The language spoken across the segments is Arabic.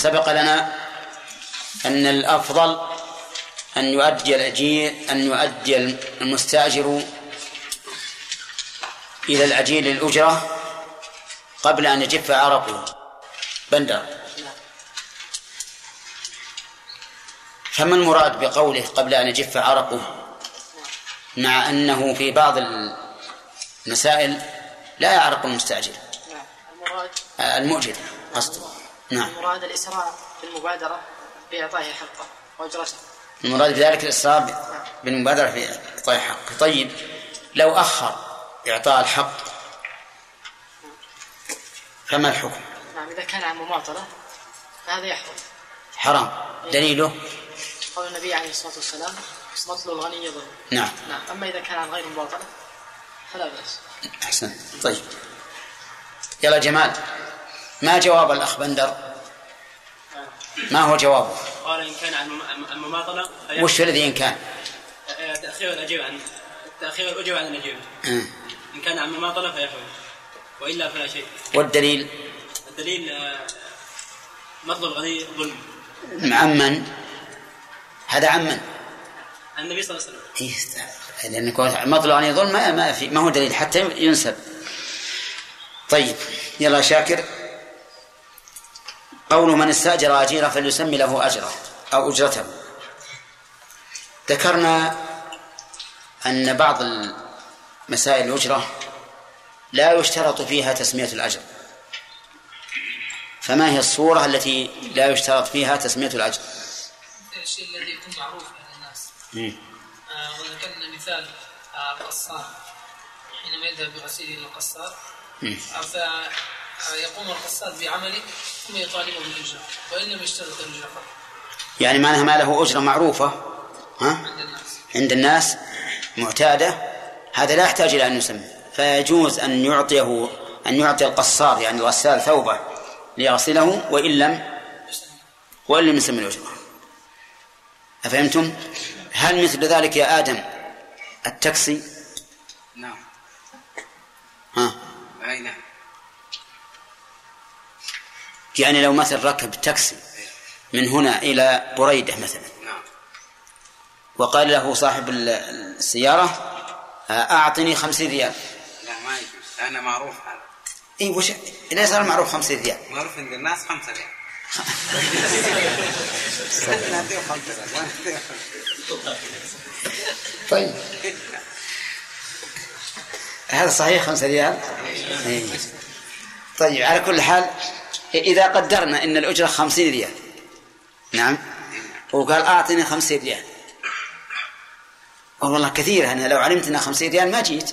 سبق لنا أن الأفضل أن يؤدي المستأجر إلى الأجير الأجرة قبل أن يجف عرقه. بندر، فما المراد بقوله قبل أن يجف عرقه، مع أنه في بعض المسائل لا يعرق المستأجر المؤجر قصده؟ نعم، المراد الإسراع بالمبادرة بإعطائه حقه وأجرته. المراد بذلك الإسراع بالمبادرة في إعطاء حقه. طيب، لو أخر إعطاء الحق فما الحكم؟ نعم، إذا كان عن مماطلة فهذا يحرم حرام. دليله قول النبي عليه الصلاة والسلام: مطل الغني ظلم. نعم. أما إذا كان عن غير مماطلة فلا بأس. أحسن. طيب، يلا جمال، ما جواب الأخ بندر؟ ما هو جوابه؟ قال إن كان عن المماطلة وش الذي إن كان؟ تأخير الأجيب عن الأجيب. إن كان عن مماطلة فيحرم، وإلا فلا شيء. والدليل؟ الدليل مطل الغني ظلم. عمن؟ هذا عمن؟ النبي صلى الله عليه وسلم. لأنك مطل الغني ظلم ما هو دليل حتى ينسب. طيب، يلا شاكر. قول من استأجر أجيرا فليسمي له أجره أو أجرته. ذكرنا أن بعض مسائل الأجرة لا يشترط فيها تسمية الأجر، فما هي الصورة التي لا يشترط فيها تسمية الأجر؟ الشيء الذي يكون معروف عند الناس. وذكرنا مثال القصار حينما يذهب بغسيل إلى القصار فيقوم القصار بعمله ثم يطالبه بالأجرة وإن لم يشترط الأجرة. يعني معناها ما له أجرة معروفة عند الناس معتادة، هذا لا يحتاج إلى أن يسمى، فيجوز أن يعطي القصار يعني الغسال ثوبه ليغسله وإن لم يسمى الأجرة. أفهمتم؟ هل مثل ذلك يا آدم التاكسي؟ نعم. أي نعم. يعني لو مثل ركب تاكسي من هنا إلى بريدة مثلا، وقال له صاحب السيارة أعطني 50 ريال. لا، ما يجوز، أنا معروف هذا. إيه، وش ليس صار معروف 50 ريال؟ معروف عند الناس 5 ريال. طيب، هذا صحيح 5 ريال. طيب، على كل حال إذا قدرنا إن الأجرة 50 ريال، نعم، وقال أعطني 50 ريال، والله كثير، أنا لو علمت أنها 50 ريال ما جيت.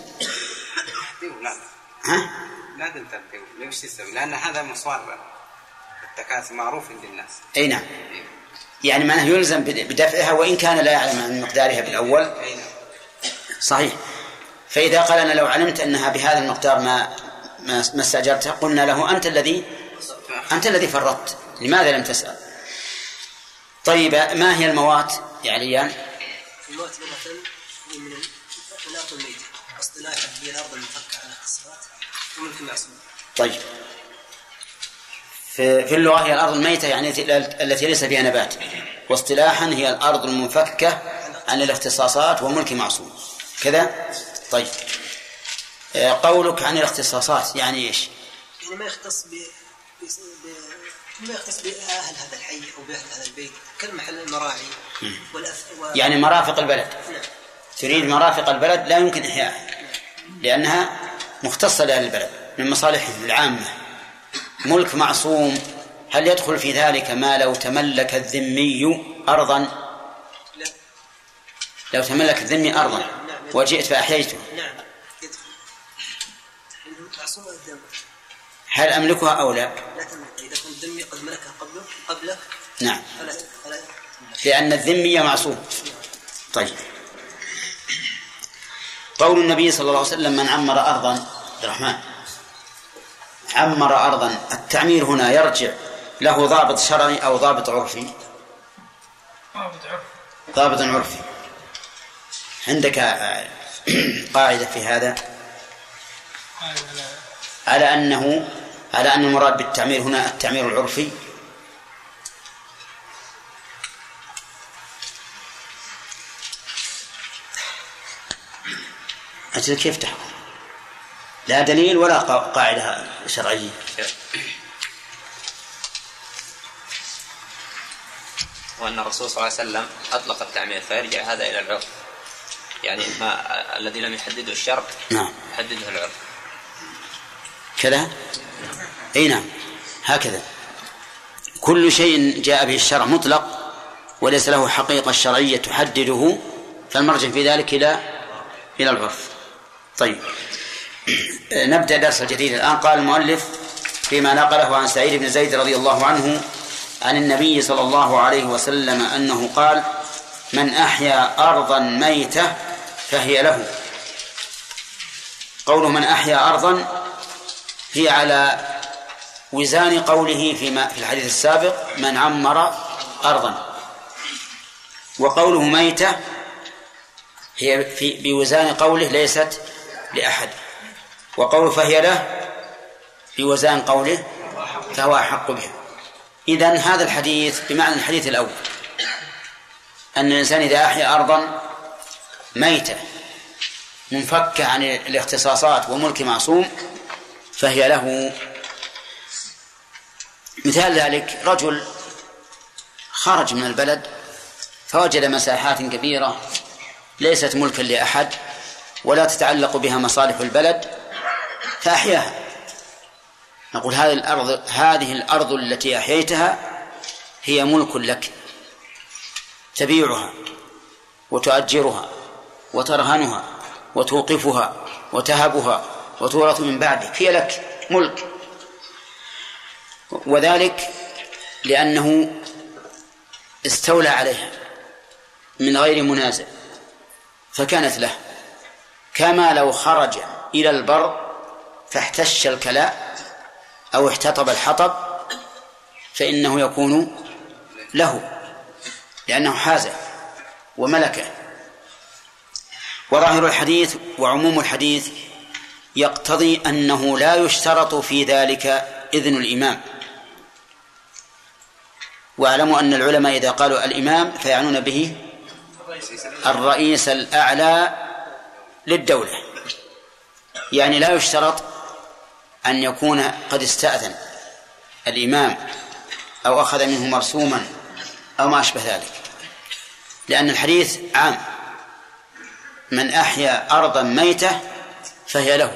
لا تنتبه ليش تسوي، لأن هذا مصور التكاسي معروف عند الناس. أي نعم، يعني معناه يلزم بدفعها وإن كان لا يعلم عن مقدارها بالأول. صحيح. فإذا قال أنا لو علمت أنها بهذا المقدار ما استأجرتها، قلنا له أنت الذي فرطت، لماذا لم تسأل؟ طيب، ما هي الموات يا عليان؟ الموت مثلا من الأرض الميتة، اصطلاحا هي الأرض المفكة على الصفات وملك المعصوم. طيب، في اللغة هي الأرض الميتة يعني التي ليس فيها نبات، واصطلاحا هي الأرض المنفكة عن الاختصاصات وملك معصوم كذا. طيب، قولك عن الاختصاصات يعني إيش؟ يعني ما يختص بأهل هذا الحي أو بأهل هذا البيت كالمحل المراعي يعني مرافق البلد. تريد مرافق البلد لا يمكن إحياءها لأنها مختصة لأهل البلد من مصالحهم العامة. ملك معصوم، هل يدخل في ذلك ما لو تملك الذمي أرضا؟ لا. لو تملك الذمي أرضا وجئت فأحييته، نعم يدخل. معصوم الذمي، هل أملكها أو لا؟ لا تملك. إذا كنت الذمي قد ملكها قبلك نعم، فلا لأن الذمي معصوم. طيب، قول النبي صلى الله عليه وسلم من عمر أرضا، عبد الرحمن، عمر أرضا، التعمير هنا يرجع له ضابط شرعي أو ضابط عرفي؟ ضابط عرفي. عندك قاعدة في هذا على أن المراد بالتعمير هنا التعمير العرفي؟ أجل كيف تحكم؟ لا دليل ولا قاعدة شرعية. وأن الرسول صلى الله عليه وسلم أطلق التعمير فيرجع هذا إلى العرف، يعني ما الذي لم يحدده الشرع يحدده العرف كذا. أي نعم هكذا، كل شيء جاء به الشرع مطلق وليس له حقيقة شرعية تحدده فالمرجع في ذلك إلى العرف. طيب نبدأ درس الجديد الآن. قال المؤلف فيما نقله عن سعيد بن زيد رضي الله عنه عن النبي صلى الله عليه وسلم أنه قال: من أحيا أرضا ميتة فهي له. قوله من أحيا أرضا هي على وزان قوله في الحديث السابق من عمر أرضا، وقوله ميتة هي بوزان قوله ليست لأحد، وقوله فهي له بوزان قوله فهو أحق بها. إذن هذا الحديث بمعنى الحديث الأول، أن الإنسان إذا أحيا أرضا ميتة منفكة عن الاختصاصات وملك معصوم فهي له. مثال ذلك رجل خرج من البلد فوجد مساحات كبيرة ليست ملكا لأحد ولا تتعلق بها مصالح البلد فأحياها. نقول هذه الأرض التي أحييتها هي ملك لك، تبيعها وتؤجرها وترهنها وتوقفها وتهبها وتورث من بعدك، هي لك ملك، وذلك لأنه استولى عليها من غير منازع فكانت له، كما لو خرج إلى البر فاحتش الكلاء أو احتطب الحطب فإنه يكون له لأنه حازه وملكه. وظاهر الحديث وعموم الحديث يقتضي أنه لا يشترط في ذلك إذن الإمام. واعلموا أن العلماء إذا قالوا الإمام فيعنون به الرئيس الأعلى للدولة، يعني لا يشترط أن يكون قد استأذن الإمام أو أخذ منه مرسوما أو ما أشبه ذلك، لأن الحديث عام: من أحيا أرضا ميتة فهي له.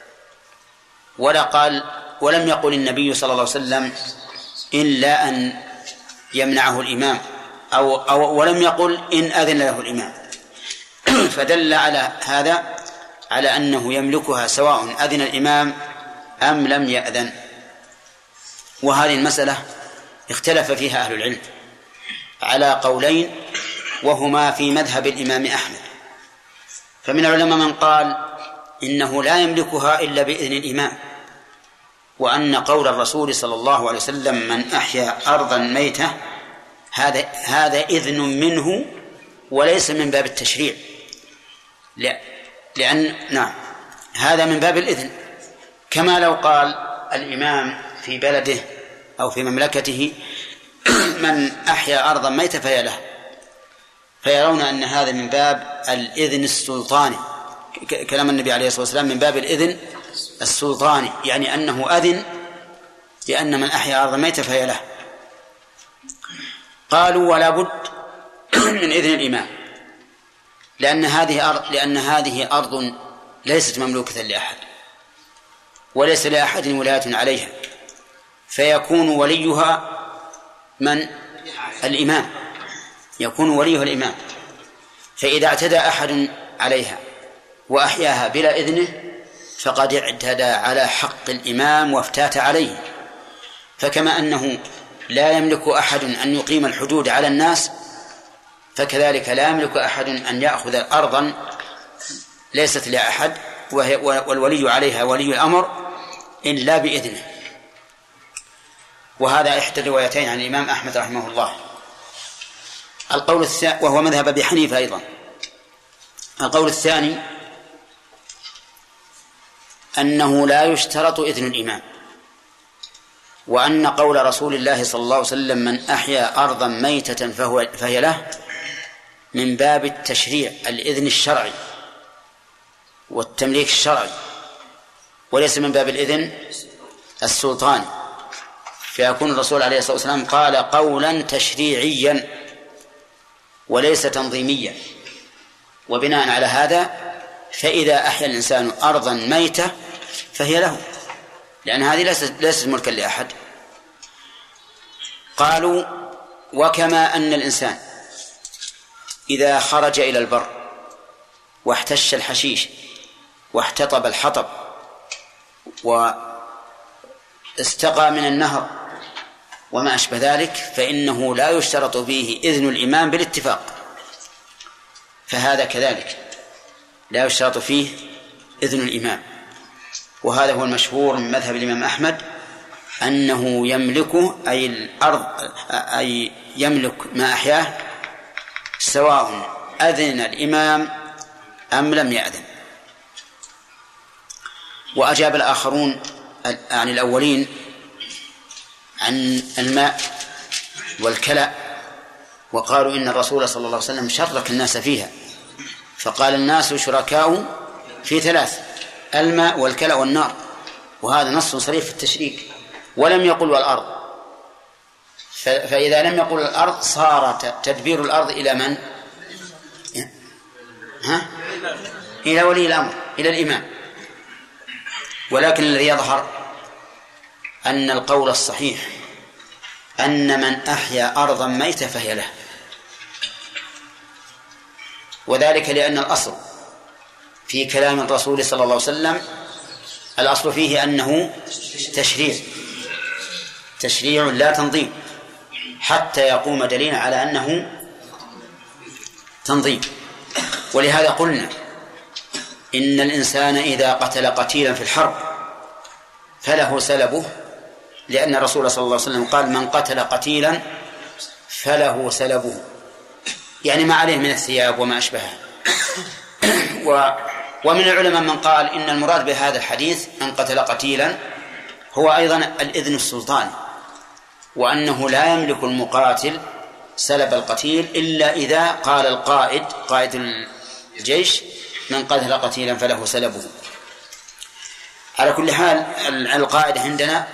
ولم يقل النبي صلى الله عليه وسلم إلا أن يمنعه الإمام ولم يقل إن أذن له الإمام، فدل على هذا على أنه يملكها سواء أذن الإمام أم لم يأذن. وهذه المسألة اختلف فيها أهل العلم على قولين وهما في مذهب الإمام أحمد. فمن العلماء من قال إنه لا يملكها إلا بإذن الإمام، وأن قول الرسول صلى الله عليه وسلم من أحيا أرضا ميتة هذا إذن منه وليس من باب التشريع، لأن هذا من باب الإذن، كما لو قال الإمام في بلده أو في مملكته من أحيا أرضا ميتة فهي له، فيرون أن هذا من باب الإذن السلطاني، كلام النبي عليه الصلاة والسلام من باب الإذن السلطاني، يعني أنه أذن بأن من أحيا أرضا ميتة فهي له. قالوا ولا بد من إذن الإمام، لأن هذه أرض ليست مملوكة لأحد وليس لأحد ولاية عليها، فيكون وليها من؟ الإمام، يكون وليها الإمام. فإذا اعتدى أحد عليها وأحياها بلا إذنه فقد اعتدى على حق الإمام وافتات عليه. فكما أنه لا يملك أحد أن يقيم الحدود على الناس فكذلك لا يملك أحد أن يأخذ أرضا ليست لأحد والولي عليها ولي الأمر إلا بإذنه. وهذا إحدى الروايتين عن الإمام أحمد رحمه الله. القول الثاني وهو مذهب أبي حنيفة أيضا. القول الثاني أنه لا يشترط إذن الإمام، وأن قول رسول الله صلى الله عليه وسلم من أحيا أرضا ميتة فهي له من باب التشريع، الإذن الشرعي، والتمليك الشرعي، وليس من باب الإذن السلطاني، فيكون الرسول عليه الصلاة والسلام قال قولا تشريعيا وليس تنظيميا. وبناء على هذا فإذا أحيا الإنسان أرضا ميتة فهي له، لأن هذه ليست ملكا لأحد. قالوا وكما أن الإنسان إذا خرج إلى البر واحتش الحشيش واحتطب الحطب واستقى من النهر وما أشبه ذلك فإنه لا يشترط فيه إذن الإمام بالاتفاق، فهذا كذلك لا يشترط فيه إذن الإمام. وهذا هو المشهور من مذهب الإمام أحمد أنه يملكه، أي الأرض، أي يملك ما أحياه سواء أذن الإمام أم لم يأذن. وأجاب الآخرون عن الأولين عن الماء والكلى، وقالوا إن الرسول صلى الله عليه وسلم شرك الناس فيها، فقال الناس شركاء في ثلاث: الماء والكلى والنار، وهذا نص صريح في التشريك. ولم يقل والأرض، فإذا لم يقل الأرض صار تدبير الأرض إلى من؟ إلى ولي الأمر، إلى الإمام. ولكن الذي يظهر أن القول الصحيح أن من أحيا أرضا ميتة فهي له، وذلك لأن الأصل في كلام الرسول صلى الله عليه وسلم الأصل فيه أنه تشريع لا تنظيم، حتى يقوم دليل على أنه تنظيم. ولهذا قلنا إن الإنسان إذا قتل قتيلا في الحرب فله سلبه، لأن الرسول صلى الله عليه وسلم قال: من قتل قتيلا فله سلبه، يعني ما عليه من الثياب وما أشبهها. ومن العلماء من قال إن المراد بهذا الحديث من قتل قتيلا هو أيضا الإذن السلطاني، وأنه لا يملك المقاتل سلب القتيل إلا إذا قال القائد، قائد الجيش: من قتل قتيلا فله سلبه. على كل حال القاعدة عندنا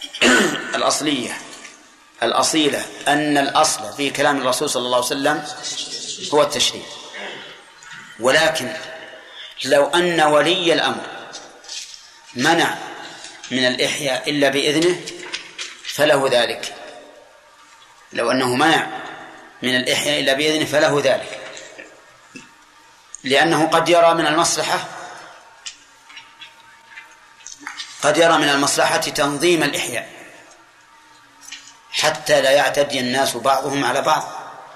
الأصيلة أن الأصل في كلام الرسول صلى الله عليه وسلم هو التشريع. ولكن لو أن ولي الأمر منع من الإحياء إلا بإذنه فله ذلك، لو أنه منع من الإحياء إلا بإذنه فله ذلك، لأنه قد يرى من المصلحة تنظيم الإحياء حتى لا يعتدي الناس بعضهم على بعض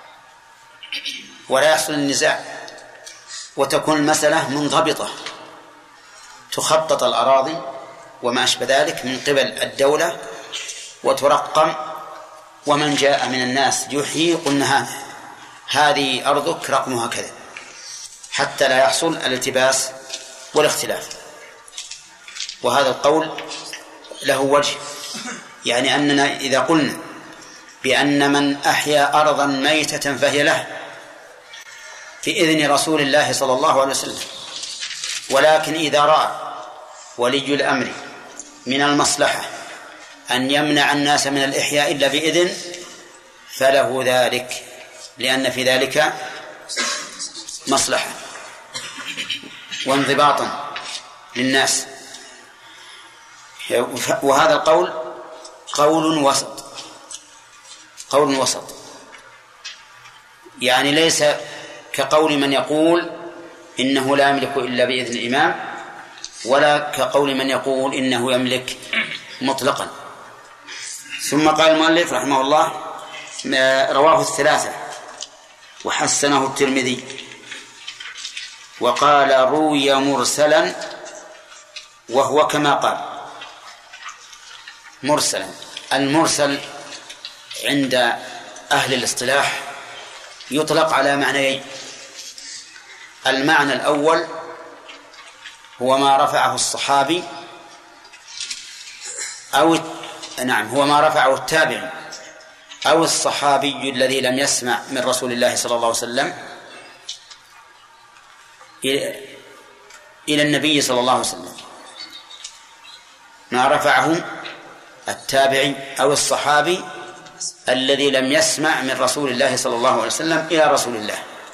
ولا يحصل النزاع، وتكون المسألة منضبطة، تخطط الأراضي وما أشبه ذلك من قبل الدولة وترقم، ومن جاء من الناس يحيي قلنا هذه أرضك رقمها كذا، حتى لا يحصل الالتباس والاختلاف. وهذا القول له وجه، يعني أننا إذا قلنا بأن من أحيا أرضا ميتة فهي له في إذن رسول الله صلى الله عليه وسلم، ولكن إذا رأى ولي الأمر من المصلحة أن يمنع الناس من الإحياء إلا بإذن فله ذلك، لأن في ذلك مصلحة وانضباطا للناس. وهذا القول قول وسط، يعني ليس كقول من يقول إنه لا يملك إلا بإذن الإمام، ولا كقول من يقول إنه يملك مطلقا. ثم قال المؤلف رحمه الله: رواه الثلاثة وحسنه الترمذي، وقال روي مرسلا، وهو كما قال مرسلا. المرسل عند أهل الاصطلاح يطلق على معنيين: المعنى الأول هو ما رفعه الصحابي هو ما رفعه التابعي أو الصحابي الذي لم يسمع من رسول الله صلى الله عليه وسلم إلى النبي صلى الله عليه وسلم، ما رفعه التابعي أو الصحابي الذي لم يسمع من رسول الله صلى الله عليه وسلم إلى رسول الله،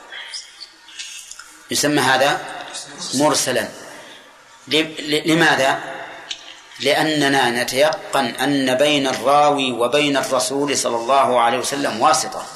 يسمى هذا مرسلا. لماذا؟ لأننا نتيقن أن بين الراوي وبين الرسول صلى الله عليه وسلم واسطة.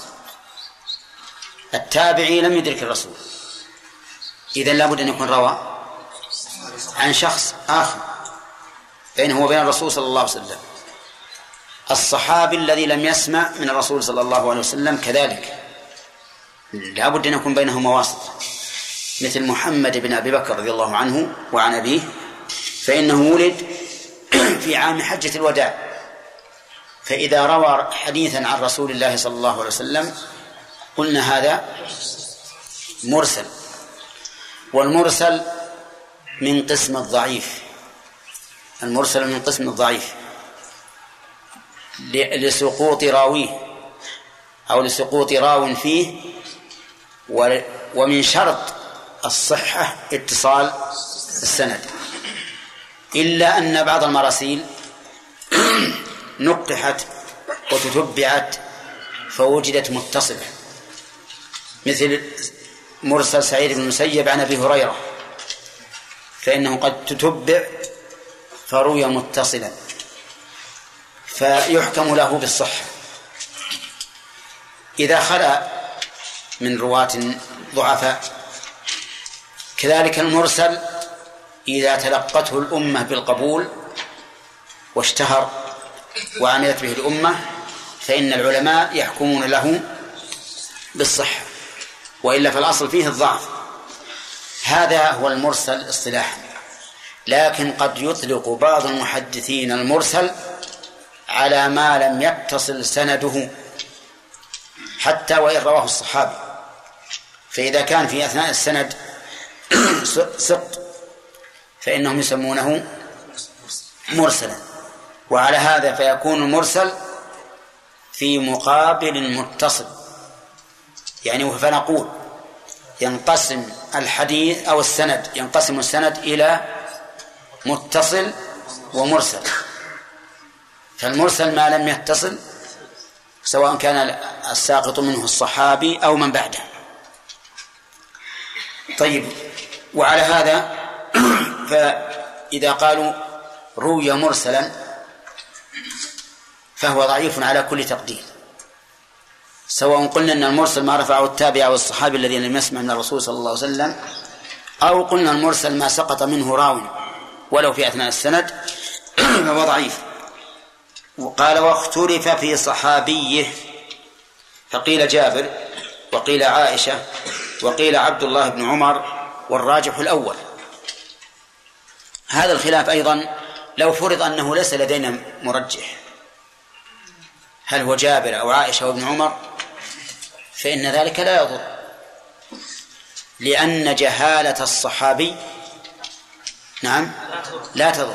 التابعي لم يدرك الرسول، إذن لابد أن يكون روى عن شخص آخر بينه وبين الرسول صلى الله عليه وسلم. الصحابي الذي لم يسمع من الرسول صلى الله عليه وسلم كذلك لابد أن يكون بينهما واسطة، مثل محمد بن أبي بكر رضي الله عنه وعن أبيه، فإنه ولد في عام حجة الوداع، فإذا روى حديثا عن رسول الله صلى الله عليه وسلم قلنا هذا مرسل. والمرسل من قسم الضعيف، المرسل من قسم الضعيف لسقوط راويه أو لسقوط راو فيه، ومن شرط الصحة اتصال السند، إلا أن بعض المراسيل نقحت وتتبعت فوجدت متصلة، مثل مرسل سعيد بن المسيب عن أبي هريرة، فإنه قد تتبع فروي متصلا فيحكم له بالصحة إذا خلا من رواة ضعفاء. كذلك المرسل إذا تلقته الأمة بالقبول واشتهر وعملت به الأمة فإن العلماء يحكمون له بالصحة، وإلا فالأصل فيه الضعف. هذا هو المرسل اصطلاحا. لكن قد يطلق بعض المحدثين المرسل على ما لم يتصل سنده حتى وإن رواه الصحابي، فإذا كان في أثناء السند سقط فإنهم يسمونه مرسلا. وعلى هذا فيكون المرسل في مقابل متصل، يعني فنقول ينقسم الحديث أو السند، ينقسم السند إلى متصل ومرسل. فالمرسل ما لم يتصل سواء كان الساقط منه الصحابي أو من بعده. طيب، وعلى هذا فإذا قالوا روي مرسلا فهو ضعيف على كل تقدير، سواء قلنا أن المرسل ما رفعه التابع أو الصحابي الذي لم يسمع من الرسول صلى الله عليه وسلم، أو قلنا المرسل ما سقط منه راو ولو في أثناء السند فهو ضعيف. وقال واختلف في صحابيه، فقيل جابر وقيل عائشة وقيل عبد الله بن عمر، والراجح الأول. هذا الخلاف أيضا لو فرض أنه ليس لدينا مرجح، هل هو جابر أو عائشة وابن عمر، فإن ذلك لا يضر، لأن جهالة الصحابي نعم لا تضر.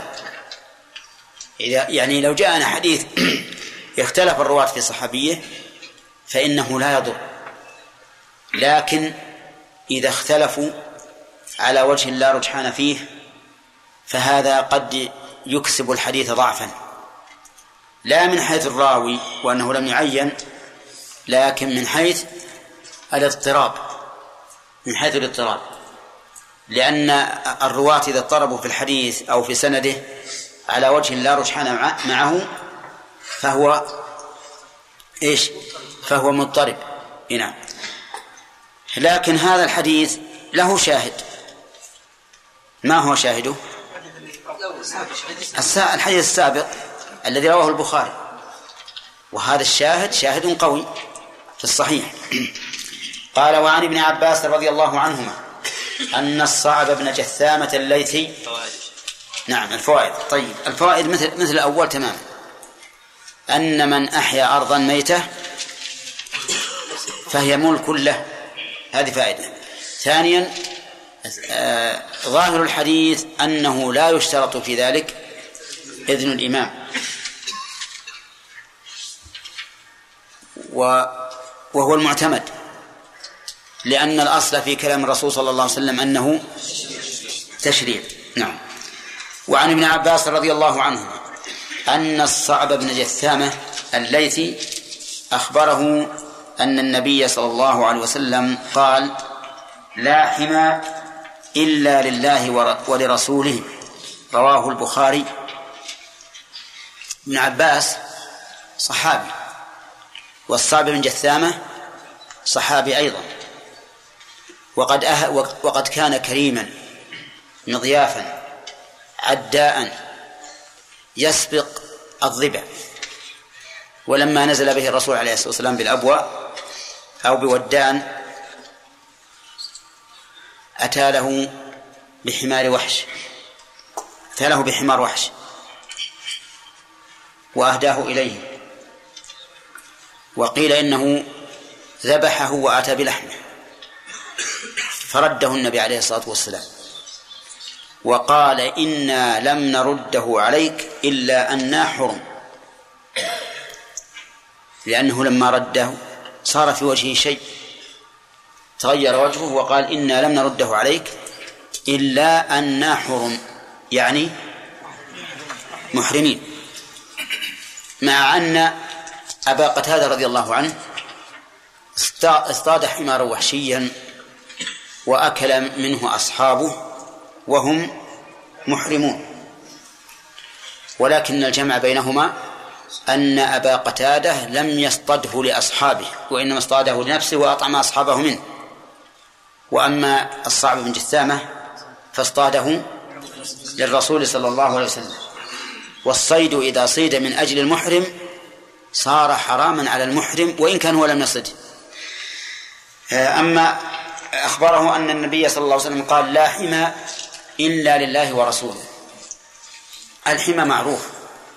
يعني لو جاءنا حديث يختلف الرواة في صحابيه فإنه لا يضر، لكن إذا اختلفوا على وجه لا رجحان فيه فهذا قد يكسب الحديث ضعفا، لا من حيث الراوي وأنه لم يعين، لكن من حيث الاضطراب، من حيث الاضطراب، لأن الرواة إذا اضطربوا في الحديث أو في سنده على وجه لا رجحان معه فهو إيش؟ فهو مضطرب. نعم. لكن هذا الحديث له شاهد. ما هو شاهده؟ الحديث السابق الذي رواه البخاري، وهذا الشاهد شاهد قوي في الصحيح. قال وعن ابن عباس رضي الله عنهما أن الصعب بن جثامة الليثي. نعم الفوائد. طيب الفوائد مثل الأول تماما، أن من أحيا أرضا ميتة فهي ملك له، هذه فائدة. ثانيا ظاهر الحديث أنه لا يشترط في ذلك إذن الإمام، وهو المعتمد، لأن الأصل في كلام الرسول صلى الله عليه وسلم أنه تشريع. نعم. وعن ابن عباس رضي الله عنه أن الصعب بن جثامة الليثي أخبره أن النبي صلى الله عليه وسلم قال: لا حمى إلا لله ولرسوله، رواه البخاري. ابن عباس صحابي، والصعب بن جثامة صحابي أيضا، وقد كان كريما مضيافا عداء يسبق الظبا. ولما نزل به الرسول عليه الصلاة والسلام بالأبواء أو بودان أتى له بحمار وحش وأهداه إليه، وقيل إنه ذبحه وأتى بلحمه، فرده النبي عليه الصلاة والسلام وقال: إنا لم نرده عليك إلا أننا حرم، لأنه لما رده صار في وجهه شيء، تغير وجهه وقال: إنا لم نرده عليك إلا أننا حرم، يعني محرمين. مع أن أبا قتادة رضي الله عنه اصطاد حمارا وحشيا وأكل منه أصحابه وهم محرمون، ولكن الجمع بينهما أن أبا قتادة لم يصطده لأصحابه، وإنما اصطاده لنفسه وأطعم أصحابه منه. وأما الصعب بن جثامة فاصطاده للرسول صلى الله عليه وسلم. والصيد إذا صيد من أجل المحرم صار حراما على المحرم وإن كان هو لم يصده. أما أخبره أن النبي صلى الله عليه وسلم قال: لا حمى إلا لله ورسوله. الحمى معروف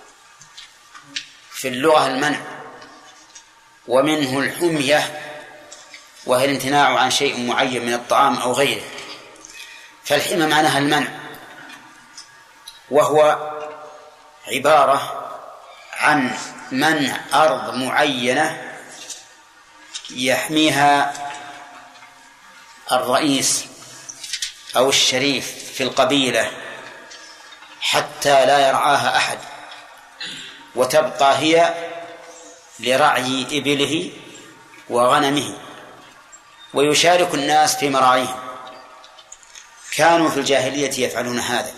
في اللغة المنع، ومنه الحمية وهي الامتناع عن شيء معين من الطعام أو غيره، فالحمى معناها المنع، وهو عبارة عن منع أرض معينة يحميها الرئيس أو الشريف في القبيلة حتى لا يرعاها أحد، وتبقى هي لرعي إبله وغنمه، ويشارك الناس في مراعيهم. كانوا في الجاهلية يفعلون هذا،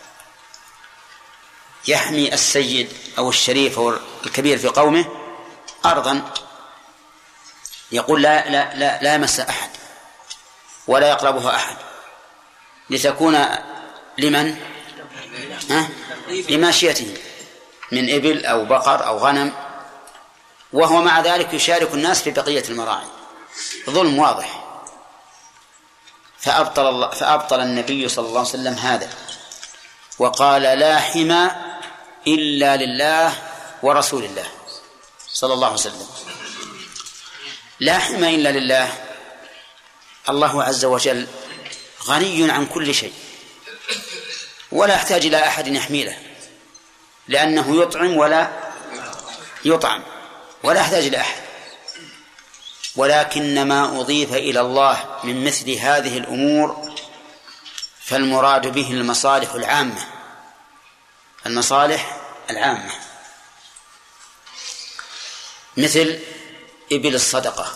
يحمي السيد أو الشريف أو الكبير في قومه أرضا، يقول لا يمس أحد ولا يقربها أحد، لتكون لمن؟ لماشيته من إبل أو بقر أو غنم، وهو مع ذلك يشارك الناس في بقية المراعي. ظلم واضح. فأبطل النبي صلى الله عليه وسلم هذا وقال: لا حمى إلا لله ورسول الله صلى الله عليه وسلم. لا حمى إلا لله، الله عز وجل غني عن كل شيء ولا يحتاج إلى أحد يحمي له، لأنه يطعم ولا يطعم ولا يحتاج إلى أحد. ولكن ما أضيف إلى الله من مثل هذه الأمور فالمراد به المصالح العامة، المصالح العامة، مثل إبل الصدقة،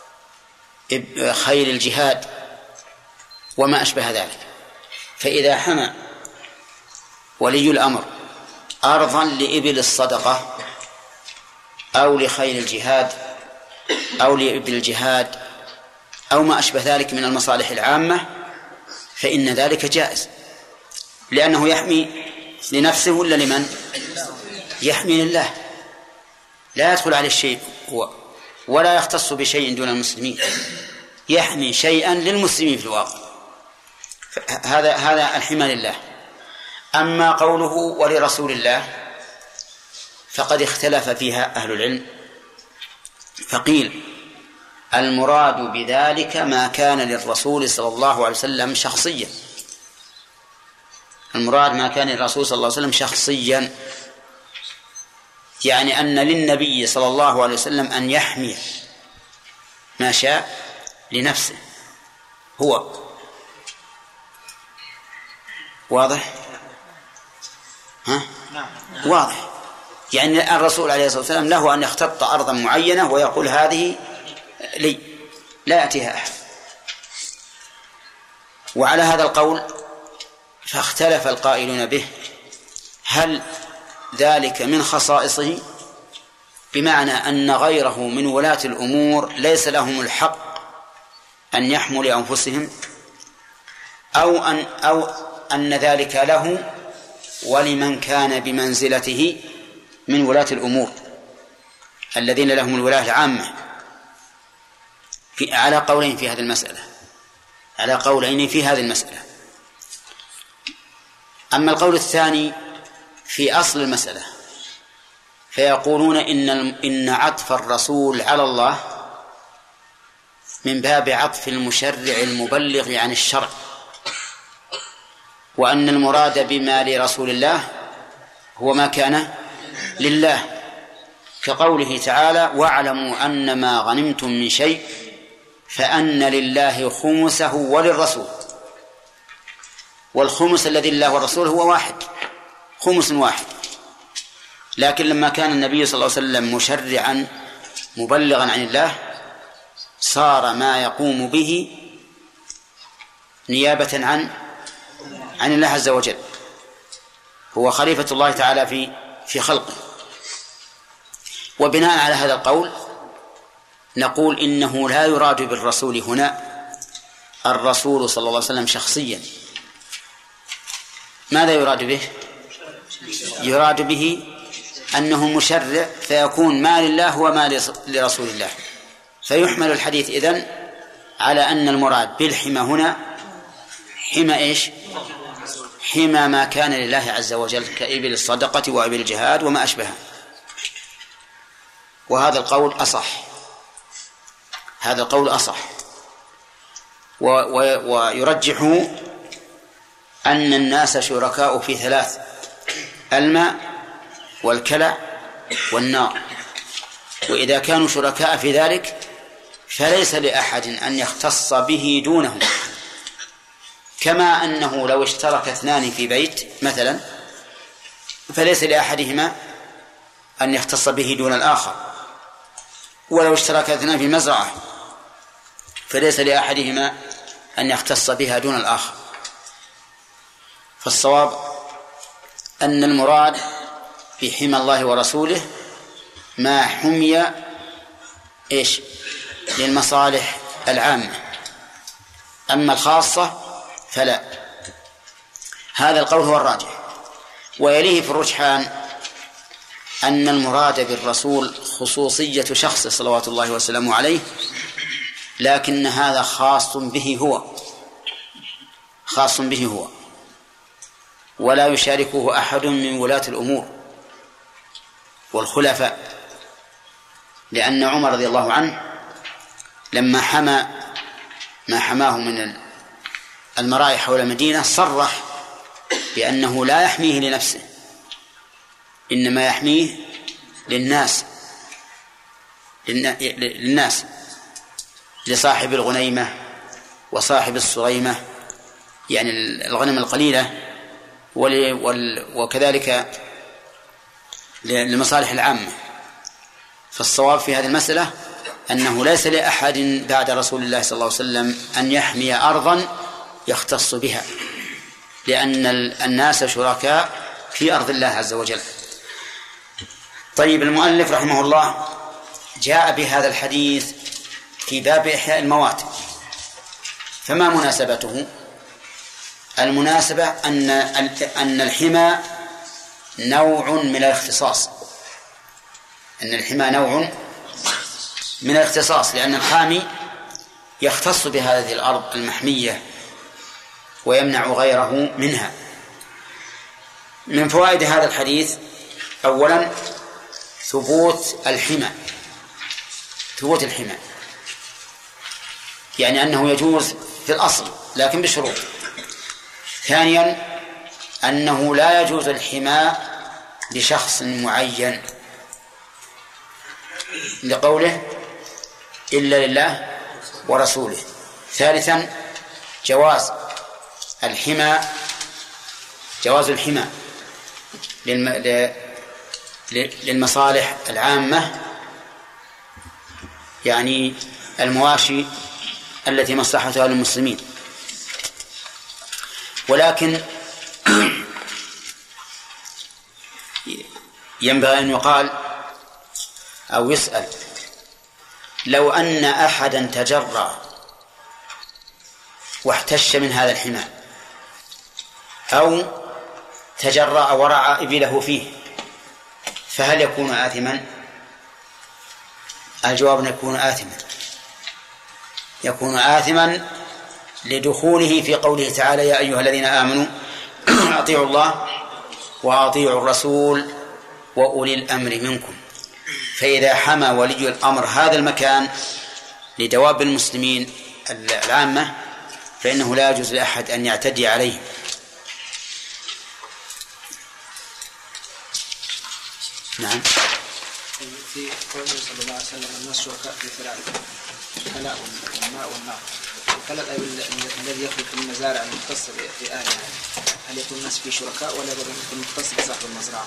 خيل الجهاد وما أشبه ذلك. فإذا حمى ولي الأمر أرضا لإبل الصدقة أو لخيل الجهاد أو لإبل الجهاد أو ما أشبه ذلك من المصالح العامة فإن ذلك جائز، لأنه يحمي لنفسه ولا لمن؟ يحمي لله، لا يدخل عليه الشيء هو ولا يختص بشيء دون المسلمين، يحمي شيئا للمسلمين في الواقع. هذا الحمى لله. أما قوله ولرسول الله فقد اختلف فيها أهل العلم، فقيل المراد بذلك ما كان للرسول صلى الله عليه وسلم شخصيا، المراد ما كان للرسول صلى الله عليه وسلم شخصيا، يعني أن للنبي صلى الله عليه وسلم أن يحمي ما شاء لنفسه هو، واضح؟ ها؟ واضح. يعني الرسول عليه الصلاة والسلام له أن يختط أرضا معينة ويقول هذه لي، لا يأتيها أحد. وعلى هذا القول فاختلف القائلون به، هل ذلك من خصائصه بمعنى أن غيره من ولاة الأمور ليس لهم الحق أن يحموا لأنفسهم، أو أن ذلك له ولمن كان بمنزلته من ولاة الأمور الذين لهم الولاة العامة، على قولين في هذه المسألة، على قولين في هذه المسألة. أما القول الثاني في أصل المسألة فيقولون إن عطف الرسول على الله من باب عطف المشرع المبلغ عن الشرع، وأن المراد بما لرسول الله هو ما كان لله، كقوله تعالى: واعلموا أن ما غنمتم من شيء فأن لله خمسه وللرسول. والخمس الذي لله والرسول هو واحد، خمس واحد. لكن لما كان النبي صلى الله عليه وسلم مشرعا مبلغا عن الله صار ما يقوم به نيابة عن الله عز وجل، هو خليفة الله تعالى في خلقه. وبناء على هذا القول نقول إنه لا يراد بالرسول هنا الرسول صلى الله عليه وسلم شخصيا. ماذا يراد به؟ يراد به أنه مشرع، فيكون ما لله وما لرسول الله، فيحمل الحديث إذن على أن المراد بالحمى هنا حمى إيش؟ حمى ما كان لله عز وجل كإبل الصدقة وإبل الجهاد وما أشبهه. وهذا القول أصح، هذا القول أصح. ويرجح أن الناس شركاء في ثلاث: الماء والكلى والنار. وإذا كانوا شركاء في ذلك فليس لأحد أن يختص به دونهم، كما أنه لو اشترك اثنان في بيت مثلا فليس لأحدهما أن يختص به دون الآخر، ولو اشترك اثنان في مزرعة فليس لأحدهما أن يختص بها دون الآخر. فالصواب أن المراد في حمى الله ورسوله ما حمي إيش؟ للمصالح العامة، أما الخاصة فلا. هذا القول هو الراجح. ويليه في الرجحان أن المراد بالرسول خصوصية شخص صلوات الله وسلامه عليه، لكن هذا خاص به هو، خاص به هو، ولا يشاركه أحد من ولاة الأمور والخلفاء. لأن عمر رضي الله عنه لما حمى ما حماه من المراعي حول المدينة صرح بأنه لا يحميه لنفسه، إنما يحميه للناس، لصاحب الغنيمة وصاحب الصريمة، يعني الغنم القليلة، وكذلك للمصالح العامة. فالصواب في هذه المسألة أنه ليس لأحد بعد رسول الله صلى الله عليه وسلم أن يحمي أرضا يختص بها، لأن الناس شركاء في أرض الله عز وجل. طيب، المؤلف رحمه الله جاء بهذا الحديث في باب إحياء الموات، فما مناسبته؟ المناسبة أن الحمى نوع من الاختصاص، أن الحمى نوع من الاختصاص، لأن الحامي يختص بهذه الأرض المحمية ويمنع غيره منها. من فوائد هذا الحديث أولا ثبوت الحمى، ثبوت الحمى يعني أنه يجوز في الأصل لكن بشروط. ثانيا أنه لا يجوز الحمى لشخص معين لقوله إلا لله ورسوله. ثالثا جواز الحمى جواز الحمى للمصالح العامة، يعني المواشي التي مصلحتها للمسلمين. ولكن ينبغي أن يقال أو يسأل: لو أن أحدا تجرأ واحتش من هذا الحمى أو تجرأ ورعى إبله فيه، فهل يكون آثما؟ الجواب: يكون آثما لدخوله في قوله تعالى: يا أيها الذين آمنوا أطيعوا الله وأطيعوا الرسول وأولي الأمر منكم. فإذا حمى ولي الأمر هذا المكان لدواب المسلمين العامة فإنه لا يجوز لأحد أن يعتدي عليه. نعم. في قوله صلى الله عليه وسلم: الناس شركاء في ثلاث: الكلاء والماء والنار. الكلاء الذي يخرج من المزارع المختصة بأهلها، هل يكون الناس فيه شركاء ولا يكون مختص بصاحب المزرعة؟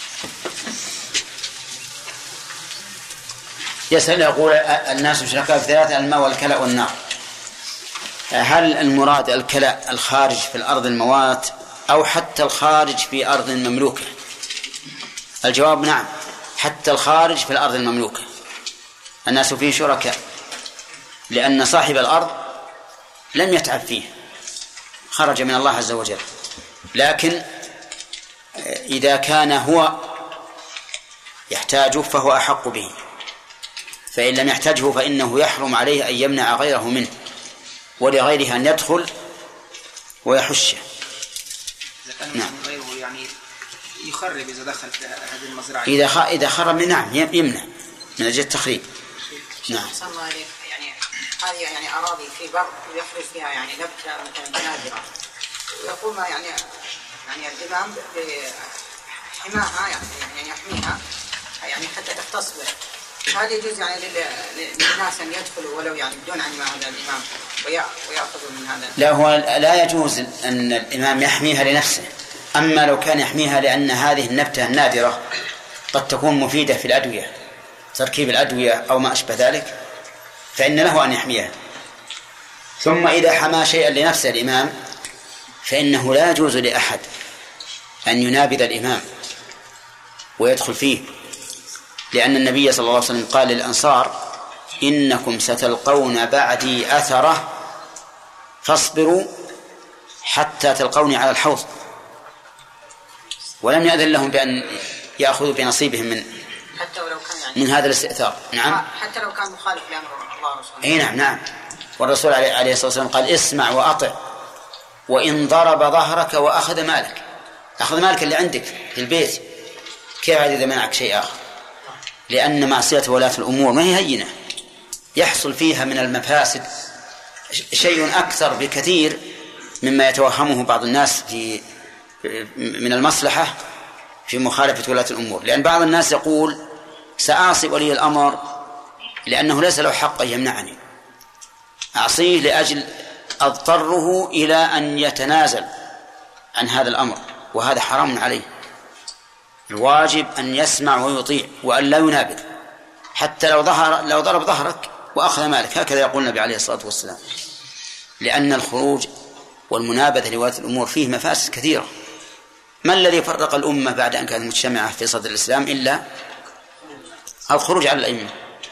يسأل يقول: الناس شركاء في ثلاثة: الماء والكلاء والنار. هل المراد الكلاء الخارج في الأرض الموات أو حتى الخارج في أرض مملوكة؟ الجواب: نعم، حتى الخارج في الأرض المملوكة الناس فيه شركاء، لأن صاحب الأرض لم يتعب فيه، خرج من الله عز وجل. لكن إذا كان هو يحتاجه فهو أحق به، فإن لم يحتاجه فإنه يحرم عليه أن يمنع غيره منه ولغيره أن يدخل ويحشه. نعم. غيره يعني يخرب إذا دخل في هذه المزرعة. إذا خرب نعم يمنع من أجل التخريب. نعم. صلى الله عليك، يعني هذه يعني أراضي في بر يخرج فيها يعني نبتة مثلا نادرة، ويقوم يعني الإمام بحماها يعني يحميها يعني حتى تختص به. هذا يجوز يعني للناس أن يدخلوا ولو يعني بدون علم هذا الإمام ويأخذوا من هذا؟ لا، هو لا يجوز أن الإمام يحميها لنفسه. أما لو كان يحميها لأن هذه النبتة النادرة قد تكون مفيدة في الأدوية، تركيب الأدوية أو ما أشبه ذلك، فإن له أن يحميها. ثم إذا حمى شيئا لنفسه الإمام فإنه لا يجوز لأحد أن ينابذ الإمام ويدخل فيه، لأن النبي صلى الله عليه وسلم قال للأنصار: إنكم ستلقون بعدي أثرة فاصبروا حتى تلقوني على الحوض. ولم يأذن لهم بأن يأخذوا بنصيبهم من هذا الاستئثار. نعم، حتى لو كان مخالف لأمر الله ورسوله. أي نعم. والرسول عليه الصلاة والسلام قال: اسمع وأطع، وإن ضرب ظهرك وأخذ مالك. أخذ مالك اللي عندك في البيت، كيف عاد إذا منعك شيء آخر؟ لأن معصية ولاة الأمور ما هي هينة، يحصل فيها من المفاسد شيء أكثر بكثير مما يتوهمه بعض الناس من المصلحة في مخالفة ولاة الأمور. لأن بعض الناس يقول: سأعصي ولي الأمر لأنه ليس له حق يمنعني، أعصيه لأجل أضطره إلى أن يتنازل عن هذا الأمر، وهذا حرام عليه. الواجب أن يسمع ويطيع وأن لا ينابذ، حتى لو ضرب ظهرك وأخذ مالك، هكذا يقول النبي عليه الصلاة والسلام. لأن الخروج والمنابذة لولاة الأمور فيه مفاسد كثيرة. ما الذي فرق الأمة بعد أن كانت مجتمعة في صدر الإسلام إلا الخروج على الأئمة.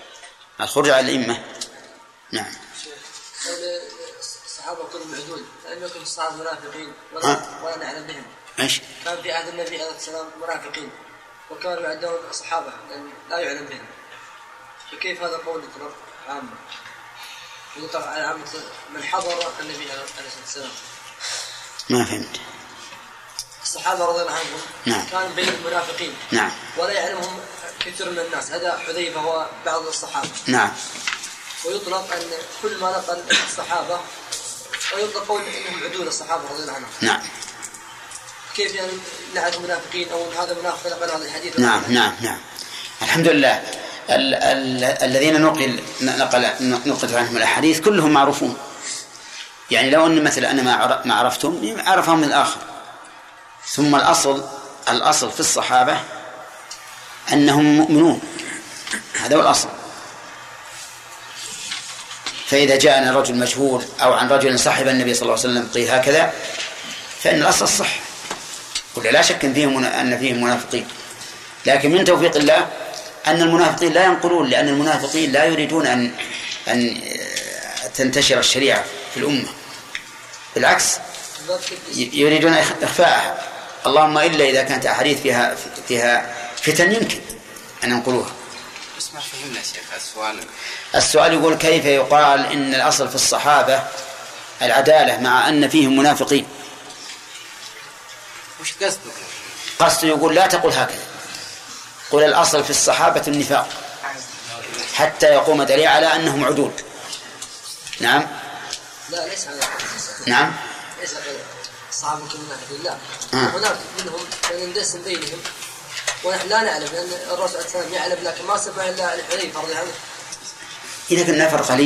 نعم. الصحابة كلهم عدول، لم يكن الصحابة منافقين ولا نعلم بهم. إيش؟ كان في عهد النبي عليه السلام منافقين وكانوا يعدون الصحابة لا يعلم بهم. فكيف هذا القول يطلق عامة؟ يطلق على عامة من حضر النبي عليه الصلاة والسلام. ما فهمت. الصحابة رضي الله عنهم نعم. كانوا بين المنافقين. نعم. ولا يعلمهم كثير من الناس. هذا حذيفة هو بعض الصحابة. نعم. ويطلق أن كل ما نقل الصحابة ويطلق قول إنهم عدول الصحابة رضي الله عنهم. نعم. كيف يعني نعرف منافقين أو هذا منافق نقل هذا الحديث؟ نعم. الحمد لله. الذين نقل عنهم الأحاديث كلهم معروفون. يعني لو أن مثلا أنا ما عرفتهم عرفهم من الآخر، ثم الأصل في الصحابة أنهم مؤمنون، هذا هو الأصل. فإذا جاءنا رجل مجهول أو عن رجل صاحب النبي صلى الله عليه وسلم قيل هكذا فإن الأصل الصح، ولا لا شك أن فيهم منافقين، لكن من توفيق الله أن المنافقين لا ينقلون، لأن المنافقين لا يريدون أن تنتشر الشريعة في الأمة، بالعكس يريدون إخفاءها، اللهم إلا إذا كانت أحاديث فيها فتن يمكن أن ينقلوها. بس ما فهمنا شيخ السؤال يقول كيف يقال إن الأصل في الصحابة العدالة مع أن فيهم منافقين؟ وش قصدك؟ قصده يقول لا تقول هكذا، قل الأصل في الصحابة النفاق حتى يقوم دليل على أنهم عدول. نعم. لا ليس هذا. نعم. ليس هذا. الصحابة كلهم لا. هناك منهم من يندس بينهم ونحن لا نعلم، لأن الرسول صلى الله عليه وسلم يعلم لكن ما سمع إلا الحذيفة رضي الله عنه. إذا كان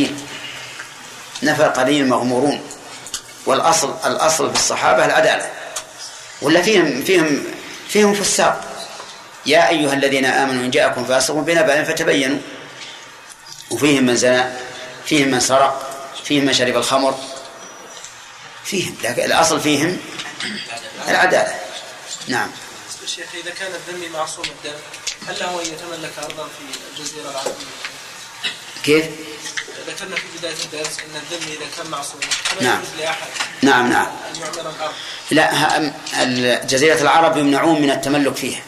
نفر قليل مغمورون، والأصل في الصحابة العدالة، ولا فيهم فساق. يا أيها الذين آمنوا إن جاءكم فاسق بنبأ فتبينوا، وفيهم من زنى، فيهم من سرق، فيهم من شرب الخمر، فيهم، لكن الأصل فيهم العدالة. نعم. الشيخ إذا كان الذمي معصوم الدم هل له أن يتملك أرضا في الجزيرة العربية؟ كيف؟ ذكرنا في بداية الدرس أن الذمي إذا كان معصوم نعم. لأحد نعم أن يعمر الأرض. لا، جزيرة العرب يمنعون من التملك فيها.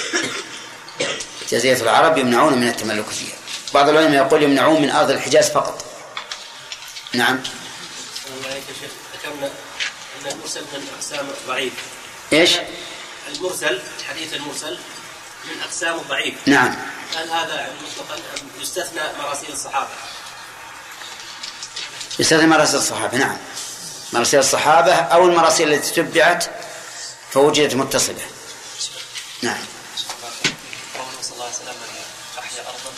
جزيرة العرب يمنعون من التملك فيها. بعض العلماء يقول يمنعون من أرض الحجاز فقط. نعم. ذكرنا أن المرسل من أقسام ضعيف. إيش؟ المرسل، الحديث المرسل من أقسام ضعيف. نعم. هل هذا مطلقا يستثنى مراسيل الصحابة؟ يستثنى مراسيل الصحابة، نعم، مراسيل الصحابة أو المراسيل التي تتبعت فوجدت متصلة. نعم. قوله صلى الله عليه وسلم أحيا أرضا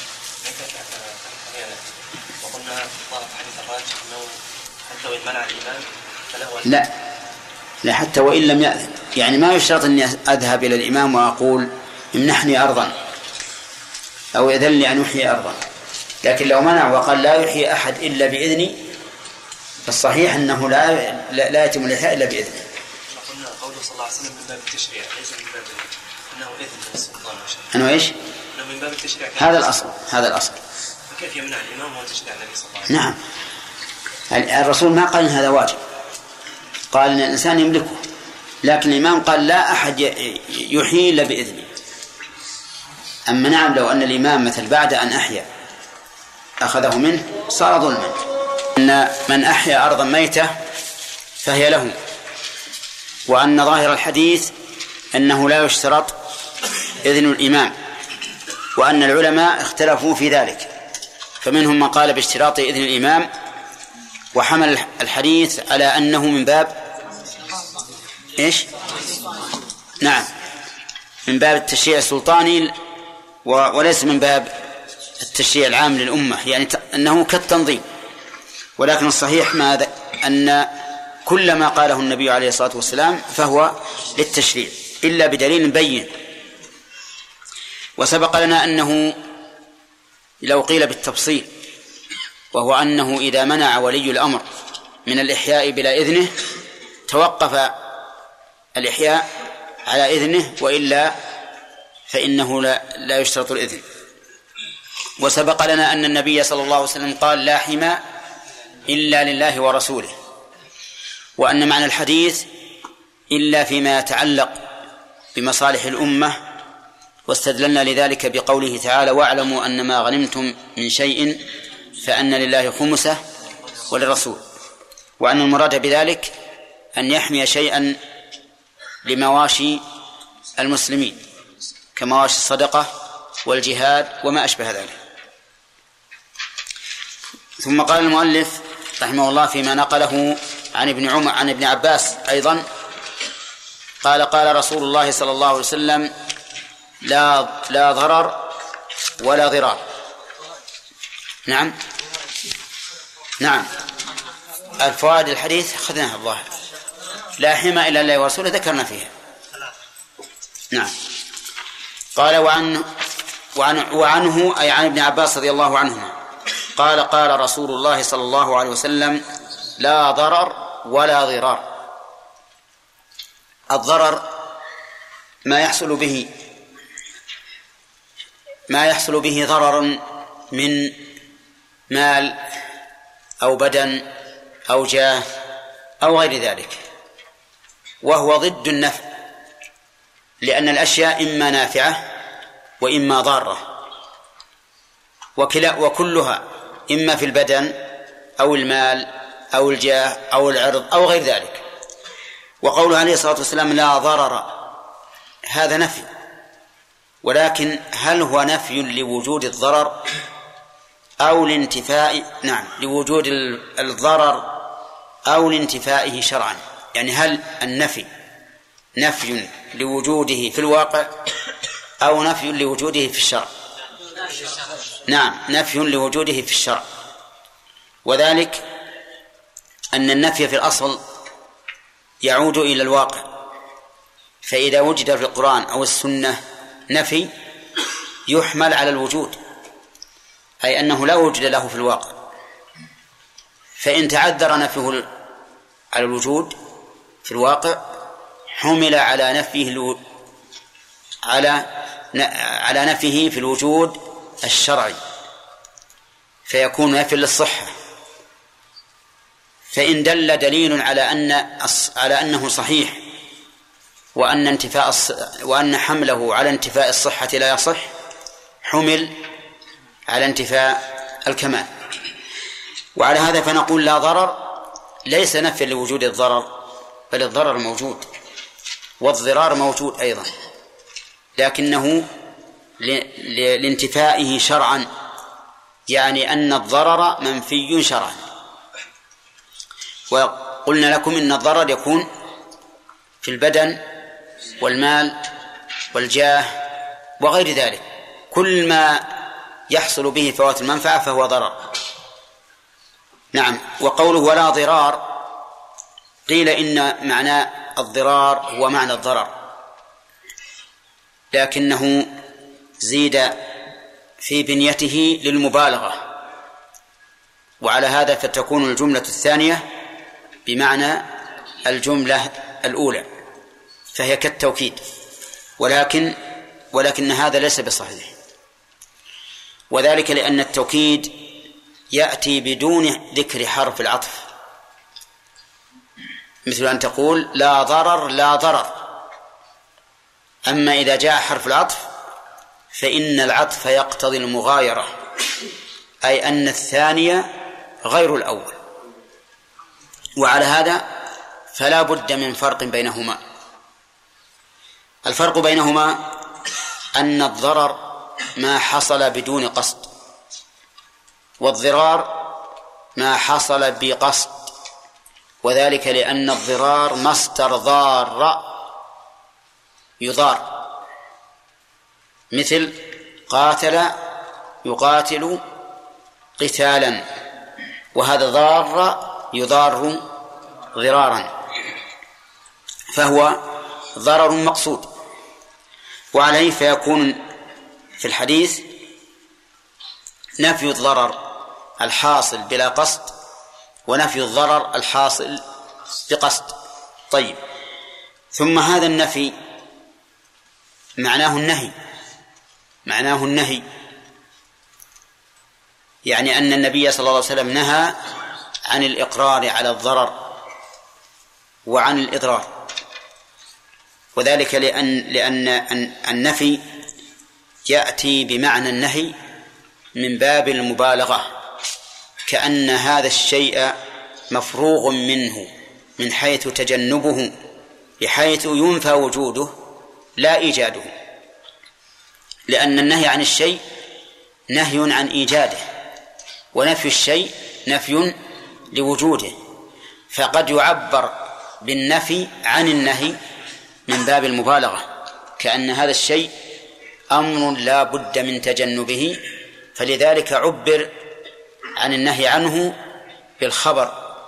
وقلنا ضابط حديث الراجح أنه حتى وإن منع الإمام فله لا حتى وإن لم يأذن، يعني ما يشترط أني أذهب إلى الإمام وأقول امنحني أرضا أو يذن لي أن يحيي أرضا، لكن لو منع وقال لا يحيي أحد إلا بإذني فالصحيح أنه لا يتم الإحياء إلا بإذنه. قلنا قوله صلى الله عليه وسلم من باب التشريع ليس من باب أنه إذن السلطان. أنه إيش؟ أنه من باب التشريع. هذا الأصل. فكيف يمنع الإمام وتشريع النبي صلى الله عليه وسلم؟ نعم. الرسول ما قال إن هذا واجب، قال إن الإنسان يملكه، لكن الإمام قال لا أحد يحيي إلا بإذنه. أما نعم لو أن الإمام مثل بعد أن أحيا أخذه منه صار ظلما. أن من أحيا أرضا ميتة فهي له، وأن ظاهر الحديث أنه لا يشترط إذن الإمام، وأن العلماء اختلفوا في ذلك، فمنهم من قال باشتراط إذن الإمام وحمل الحديث على أنه من باب إيش؟ نعم، من باب التشريع السلطاني وليس من باب التشريع العام للأمة، يعني أنه كالتنظيم. ولكن الصحيح أن كل ما قاله النبي عليه الصلاة والسلام فهو للتشريع إلا بدليل بين. وسبق لنا أنه لو قيل بالتفصيل، وهو أنه إذا منع ولي الأمر من الإحياء بلا إذنه توقف الإحياء على إذنه، وإلا فإنه لا يشترط الإذن. وسبق لنا أن النبي صلى الله عليه وسلم قال لا حمى إلا لله ورسوله، وأن معنى الحديث إلا فيما يتعلق بمصالح الأمة، واستدللنا لذلك بقوله تعالى واعلموا أن ما غنمتم من شيء فأن لله خمسه وللرسول، وأن المراد بذلك أن يحمي شيئا لمواشي المسلمين كمواشي الصدقة والجهاد وما أشبه ذلك. ثم قال المؤلف رحمه الله فيما نقله عن ابن عباس أيضا قال رسول الله صلى الله عليه وسلم لا ضرر ولا ضرار. نعم الفوائد الحديث أخذناها الظاهر. لا حمى إلا الله ورسوله ذكرنا فيها نعم. قال وعنه أي عن ابن عباس رضي الله عنهما قال قال رسول الله صلى الله عليه وسلم لا ضرر ولا ضرار. الضرر ما يحصل به ضرر من مال أو بدن أو جاه أو غير ذلك، وهو ضد النفع، لأن الأشياء إما نافعة وإما ضارة، وكلها إما في البدن أو المال أو الجاه أو العرض أو غير ذلك. وقوله عليه الصلاة والسلام لا ضرر هذا نفي، ولكن هل هو نفي لوجود الضرر أو لانتفاء لوجود الضرر أو لانتفائه شرعا؟ يعني هل النفي نفي لوجوده في الواقع أو نفي لوجوده في الشرع؟ نعم، نفي لوجوده في الشرع. وذلك أن النفي في الأصل يعود إلى الواقع، فإذا وجد في القرآن أو السنة نفي يحمل على الوجود، أي أنه لا وجود له في الواقع، فإن تعذر نفيه على الوجود في الواقع حمل على نفيه على نفيه في الوجود الشرعي، فيكون نفي للصحة. فإن دل دليل على أنه صحيح وأن حمله على انتفاء الصحة لا يصح، حمل على انتفاء الكمال. وعلى هذا فنقول لا ضرر ليس نفي لوجود الضرر، بل الضرر موجود والضرار موجود أيضا، لكنه لانتفائه شرعا، يعني أن الضرر منفي شرعا. وقلنا لكم إن الضرر يكون في البدن والمال والجاه وغير ذلك، كل ما يحصل به فوات المنفعة فهو ضرر. نعم. وقوله ولا ضرار قيل إن معنى الضرار هو معنى الضرر، لكنه زيد في بنيته للمبالغة، وعلى هذا فتكون الجملة الثانية بمعنى الجملة الأولى، فهي كالتوكيد، ولكن هذا ليس بصحيح، وذلك لأن التوكيد يأتي بدون ذكر حرف العطف، مثل أن تقول لا ضرر لا ضرر. أما إذا جاء حرف العطف فإن العطف يقتضي المغايرة، أي أن الثانية غير الأول، وعلى هذا فلا بد من فرق بينهما. الفرق بينهما أن الضرر ما حصل بدون قصد، والضرار ما حصل بقصد، وذلك لأن الضرار مصدر ضار يضار، مثل قاتل يقاتل قتالا، وهذا ضار يضار ضرارا، فهو ضرر مقصود. وعليه فيكون في الحديث نفي الضرر الحاصل بلا قصد ونفي الضرر الحاصل بقصد. طيب، ثم هذا النفي معناه النهي، يعني أن النبي صلى الله عليه وسلم نهى عن الإقرار على الضرر وعن الإضرار، وذلك لأن النفي يأتي بمعنى النهي من باب المبالغة، كأن هذا الشيء مفروغ منه من حيث تجنبه، بحيث ينفى وجوده لا إيجاده، لأن النهي عن الشيء نهي عن إيجاده، ونفي الشيء نفي لوجوده، فقد يعبر بالنفي عن النهي من باب المبالغة، كأن هذا الشيء أمر لا بد من تجنبه، فلذلك عبر عن النهي عنه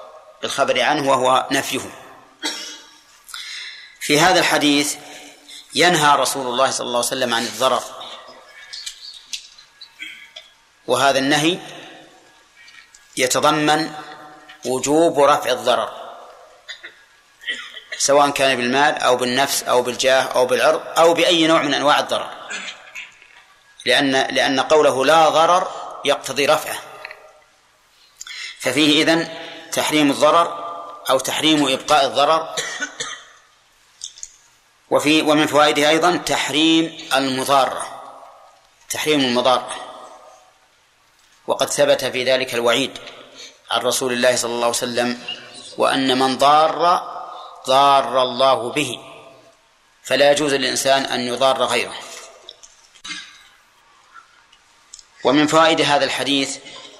بالخبر عنه وهو نفيه. في هذا الحديث ينهى رسول الله صلى الله عليه وسلم عن الضرر، وهذا النهي يتضمن وجوب رفع الضرر سواء كان بالمال أو بالنفس أو بالجاه أو بالعرض أو بأي نوع من أنواع الضرر، لأن قوله لا ضرر يقتضي رفعه، ففيه إذن تحريم الضرر أو تحريم إبقاء الضرر. ومن فوائده أيضا تحريم المضارة، تحريم المضارة، وقد ثبت في ذلك الوعيد عن رسول الله صلى الله عليه وسلم: وأن من ضار ضار الله به، فلا يجوز للإنسان أن يضار غيره. ومن فوائد هذا الحديث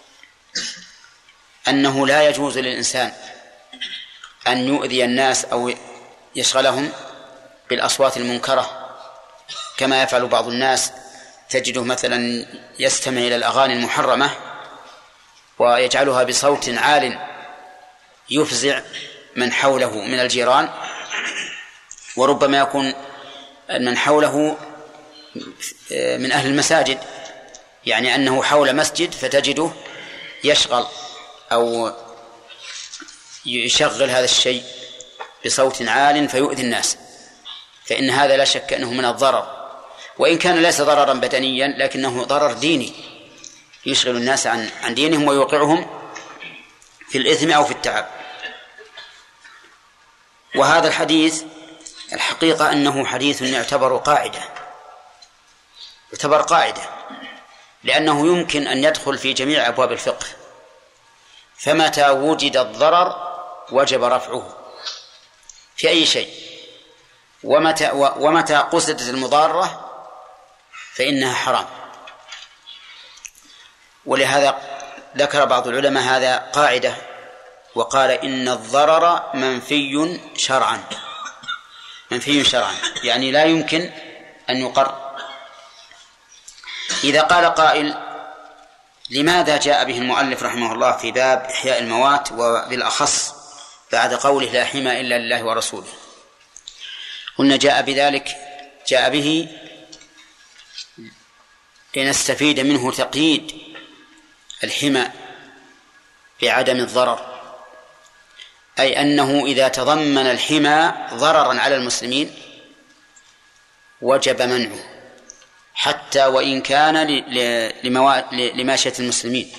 أنه لا يجوز للإنسان أن يؤذي الناس أو يشغلهم بالأصوات المنكرة كما يفعل بعض الناس، تجده مثلا يستمع إلى الأغاني المحرمة ويجعلها بصوت عال يفزع من حوله من الجيران، وربما يكون من حوله من أهل المساجد، يعني أنه حول مسجد فتجده يشغل أو يشغل هذا الشيء بصوت عال فيؤذي الناس، فإن هذا لا شك أنه من الضرر، وإن كان ليس ضررا بدنيا لكنه ضرر ديني، يشغل الناس عن دينهم ويوقعهم في الإثم أو في التعب. وهذا الحديث الحقيقة أنه حديث يعتبر قاعدة، لأنه يمكن أن يدخل في جميع أبواب الفقه، فمتى وجد الضرر وجب رفعه في أي شيء، ومتى قصدت المضارة فإنها حرام. ولهذا ذكر بعض العلماء هذا قاعدة وقال: إن الضرر منفي شرعا، يعني لا يمكن أن يقر. إذا قال قائل: لماذا جاء به المؤلف رحمه الله في باب إحياء الموات وبالأخص بعد قوله لا حمى إلا لله ورسوله؟ قلنا جاء به لنستفيد منه تقييد الحمى بعدم الضرر، أي أنه إذا تضمن الحمى ضررا على المسلمين وجب منعه، حتى وإن كان لماشية المسلمين.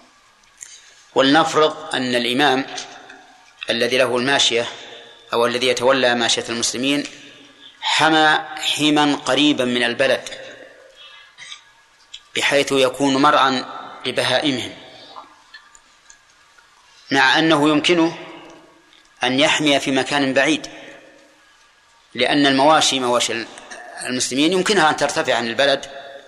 ولنفرض أن الإمام الذي له الماشية أو الذي يتولى ماشية المسلمين حمى حما قريبا من البلد بحيث يكون مرعا لبهائمهم، مع أنه يمكنه أن يحمي في مكان بعيد، لأن مواشي المسلمين يمكنها أن ترتفع عن البلد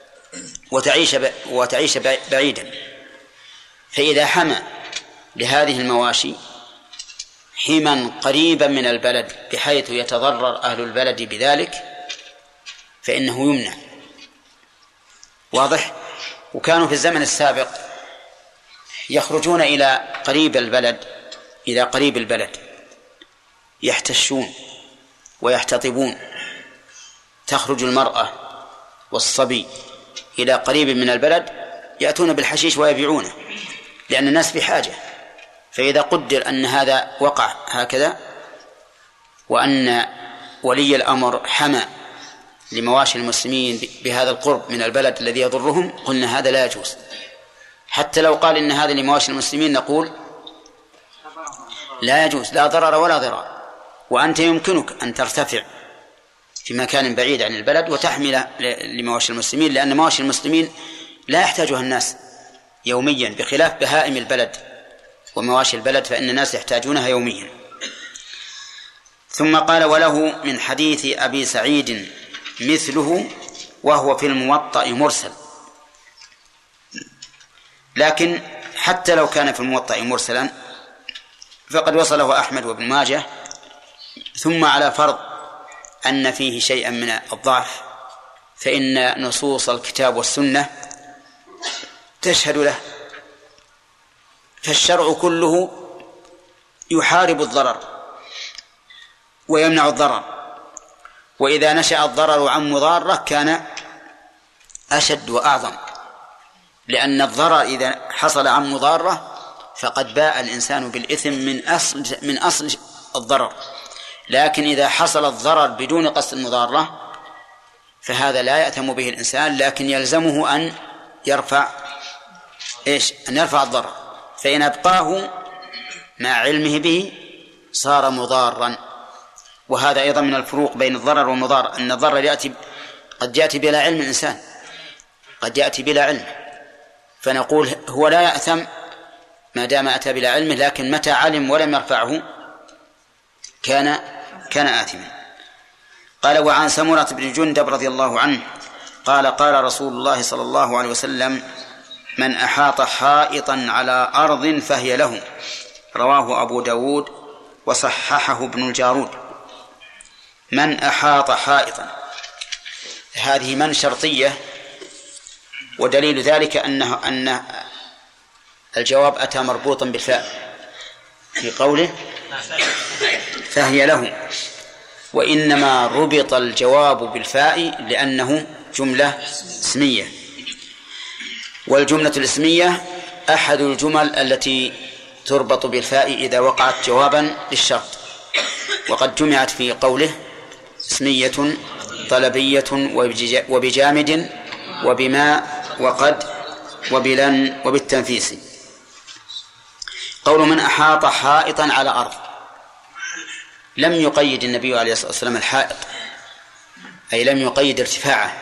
وتعيش بعيدا، فإذا حمى لهذه المواشي حما قريبا من البلد بحيث يتضرر أهل البلد بذلك فإنه يمنع. واضح؟ وكانوا في الزمن السابق يخرجون إلى قريب البلد يحتشون ويحتطبون، تخرج المرأة والصبي إلى قريب من البلد يأتون بالحشيش ويبيعونه، لأن الناس بحاجة. فإذا قدر أن هذا وقع هكذا وأن ولي الأمر حمى لمواشي المسلمين بهذا القرب من البلد الذي يضرهم، قلنا هذا لا يجوز. حتى لو قال إن هذا لمواشي المسلمين نقول لا يجوز، لا ضرر ولا ضرار. وأنت يمكنك أن ترتفع في مكان بعيد عن البلد وتحمل لمواشي المسلمين، لأن مواشي المسلمين لا يحتاجها الناس يوميا، بخلاف بهائم البلد ومواشي البلد فإن الناس يحتاجونها يوميا. ثم قال: وله من حديث أبي سعيد مثله وهو في الموطأ مرسل. لكن حتى لو كان في الموطأ مرسلا فقد وصله أحمد وابن ماجه، ثم على فرض أن فيه شيئا من الضعف فإن نصوص الكتاب والسنة تشهد له، فالشرع كله يحارب الضرر ويمنع الضرر، وإذا نشأ الضرر عن مضارة كان أشد وأعظم، لأن الضرر إذا حصل عن مضارة فقد باء الإنسان بالإثم من أصل الضرر، لكن إذا حصل الضرر بدون قصد المضارة فهذا لا يأثم به الإنسان، لكن يلزمه أن يرفع أن يرفع الضرر، فإن أبقاه مع علمه به صار مضارا. وهذا أيضا من الفروق بين الضرر والمضار، أن الضرر قد يأتي بلا علم الإنسان، قد يأتي بلا علم، فنقول هو لا يأثم ما دام أتى بلا علمه، لكن متى علم ولم يرفعه كان آثما. قال: وعن سمرة بن جندب رضي الله عنه قال: قال رسول الله صلى الله عليه وسلم: من أحاط حائطا على أرض فهي له. رواه أبو داود وصححه ابن الجارود. من أحاط حائطا، هذه من شرطية، ودليل ذلك أن الجواب أتى مربوطا بالفاء في قوله فهي له، وإنما ربط الجواب بالفاء لأنه جملة اسمية، والجملة الاسمية أحد الجمل التي تربط بالفاء إذا وقعت جوابا للشرط، وقد جمعت في قوله اسمية طلبية وبجامد وبما وقد وبلن وبالتنفيس. قول من أحاط حائطا على أرض، لم يقيد النبي عليه الصلاة والسلام الحائط، أي لم يقيد ارتفاعه،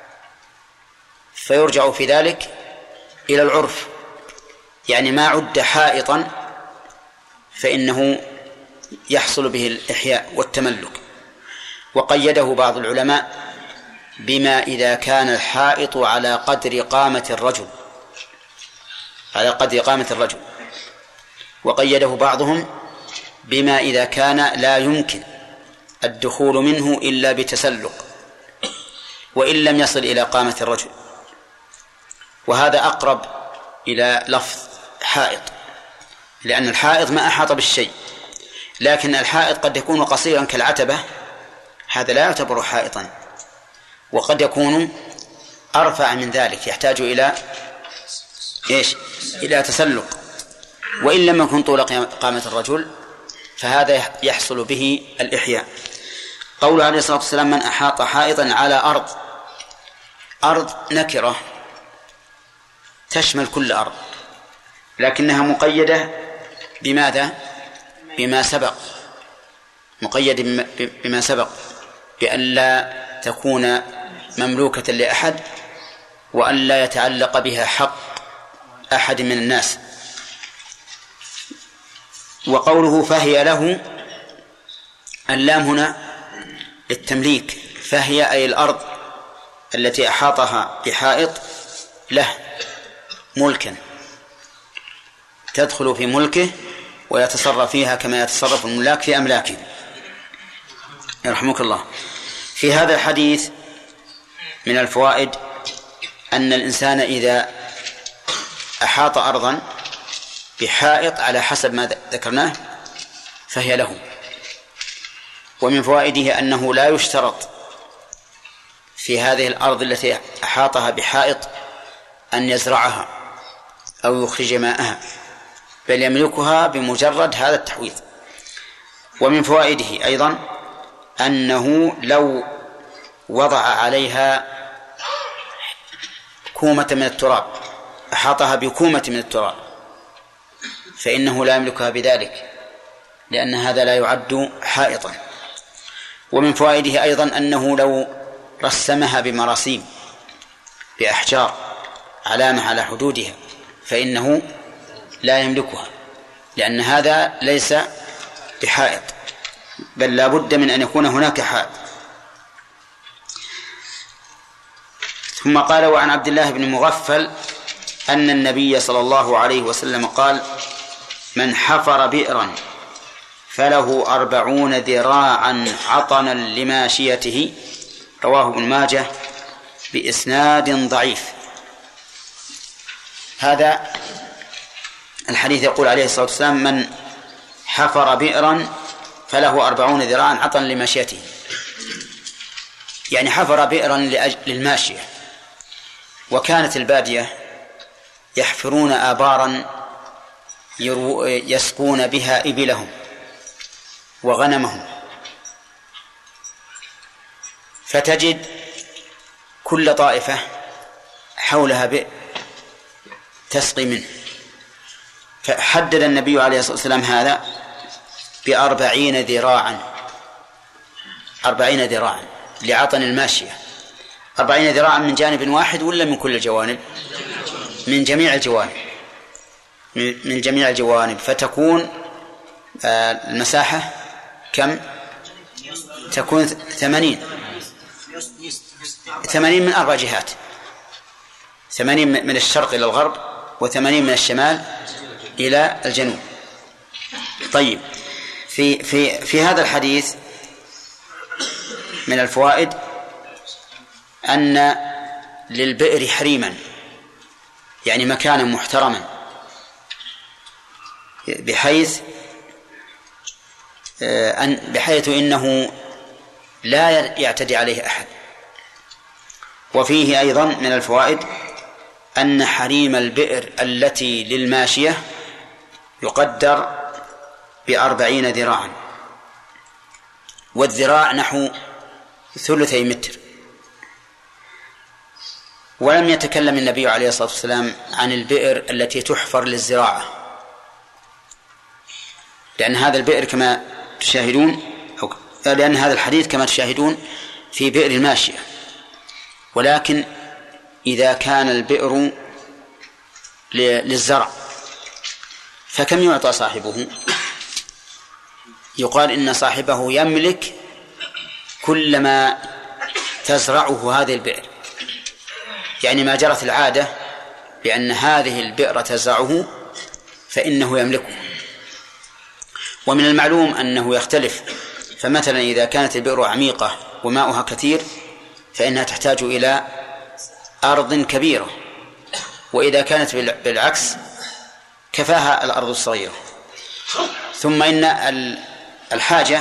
فيرجع في ذلك إلى العرف، يعني ما عد حائطا فإنه يحصل به الإحياء والتملك. وقيده بعض العلماء بما إذا كان الحائط على قدر قامة الرجل، على قدر قامة الرجل، وقيده بعضهم بما إذا كان لا يمكن الدخول منه إلا بتسلق وإن لم يصل إلى قامة الرجل، وهذا أقرب إلى لفظ حائط، لأن الحائط ما أحاط بالشيء، لكن الحائط قد يكون قصيرا كالعتبة، هذا لا يعتبر حائطا، وقد يكون أرفع من ذلك يحتاج إلى إلى تسلق، وإن لم يكن طول قامة الرجل فهذا يحصل به الإحياء. قول عليه الصلاة والسلام: من أحاط حائطا على أرض، أرض نكرة تشمل كل أرض، لكنها مقيدة بماذا؟ بما سبق، مقيد بما سبق، بأن لا تكون مملوكة لأحد، وأن لا يتعلق بها حق أحد من الناس. وقوله فهي له، اللام هنا للتمليك، فهي أي الأرض التي أحاطها بحائط له ملكا، تدخل في ملكه ويتصرف فيها كما يتصرف الملاك في أملاكه. يرحمك الله. في هذا الحديث من الفوائد أن الإنسان إذا أحاط أرضا بحائط على حسب ما ذكرناه فهي له. ومن فوائده أنه لا يشترط في هذه الأرض التي أحاطها بحائط أن يزرعها أو يخرج ماءها، بل يملكها بمجرد هذا التحويض. ومن فوائده أيضا أنه لو وضع عليها كومة من التراب، أحاطها بكومة من التراب، فإنه لا يملكها بذلك، لأن هذا لا يعد حائطا. ومن فوائده أيضا أنه لو رسمها بمراسيم بأحجار علامة على حدودها فإنه لا يملكها، لأن هذا ليس بحائط، بل لا بد من أن يكون هناك حائط. ثم قال: وعن عبد الله بن مغفل أن النبي صلى الله عليه وسلم قال: من حفر بئرا فله 40 ذراعا عطنا لماشيته. رواه ابن ماجه بإسناد ضعيف. هذا الحديث يقول عليه الصلاة والسلام: من حفر بئرا فله 40 ذراعا عطنا لماشيته. يعني حفر بئرا للماشية. وكانت البادية يحفرون آبارا يسقون بها إبلهم وغنمهم، فتجد كل طائفة حولها بئر تسقي منه. فحدد النبي عليه الصلاة والسلام هذا ب40 ذراعا، 40 ذراعا لعطن الماشية. 40 ذراعا من جانب واحد ولا من كل الجوانب؟ من جميع الجوانب، من جميع الجوانب. فتكون المساحة كم؟ تكون 80 من 4 جهات، 80 من الشرق إلى الغرب، و80 من الشمال إلى الجنوب. طيب، في هذا الحديث من الفوائد أن للبئر حريما، يعني مكانا محترما، بحيث إنه لا يعتدي عليه أحد. وفيه أيضا من الفوائد أن حريم البئر التي للماشية يقدر ب40 ذراعا، والذراع نحو 3 متر. ولم يتكلم النبي عليه الصلاة والسلام عن البئر التي تحفر للزراعة، لأن هذا البئر كما تشاهدون، لأن هذا الحديث كما تشاهدون في بئر الماشية. ولكن إذا كان البئر للزرع فكم يعطى صاحبه؟ يقال إن صاحبه يملك كل ما تزرعه هذه البئر، يعني ما جرت العادة بأن هذه البئر تزرعه فإنه يملكه. ومن المعلوم أنه يختلف، فمثلا إذا كانت البئر عميقة وماؤها كثير فإنها تحتاج إلى أرض كبيرة، وإذا كانت بالعكس كفاها الأرض الصغيرة. ثم إن الحاجة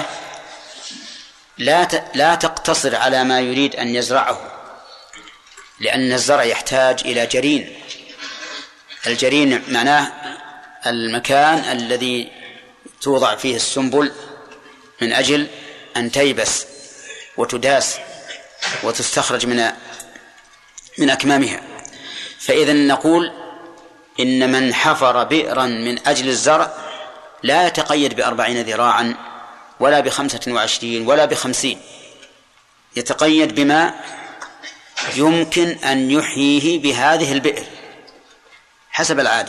لا تقتصر على ما يريد أن يزرعه، لأن الزرع يحتاج إلى جرين. الجرين معناه المكان الذي توضع فيه السنبل من أجل أن تيبس وتداس وتستخرج من أكمامها. فإذا نقول إن من حفر بئرا من أجل الزرع لا يتقيد ب40 ذراعا ولا ب25 ولا ب50، يتقيد بما يمكن أن يحييه بهذه البئر حسب العادة.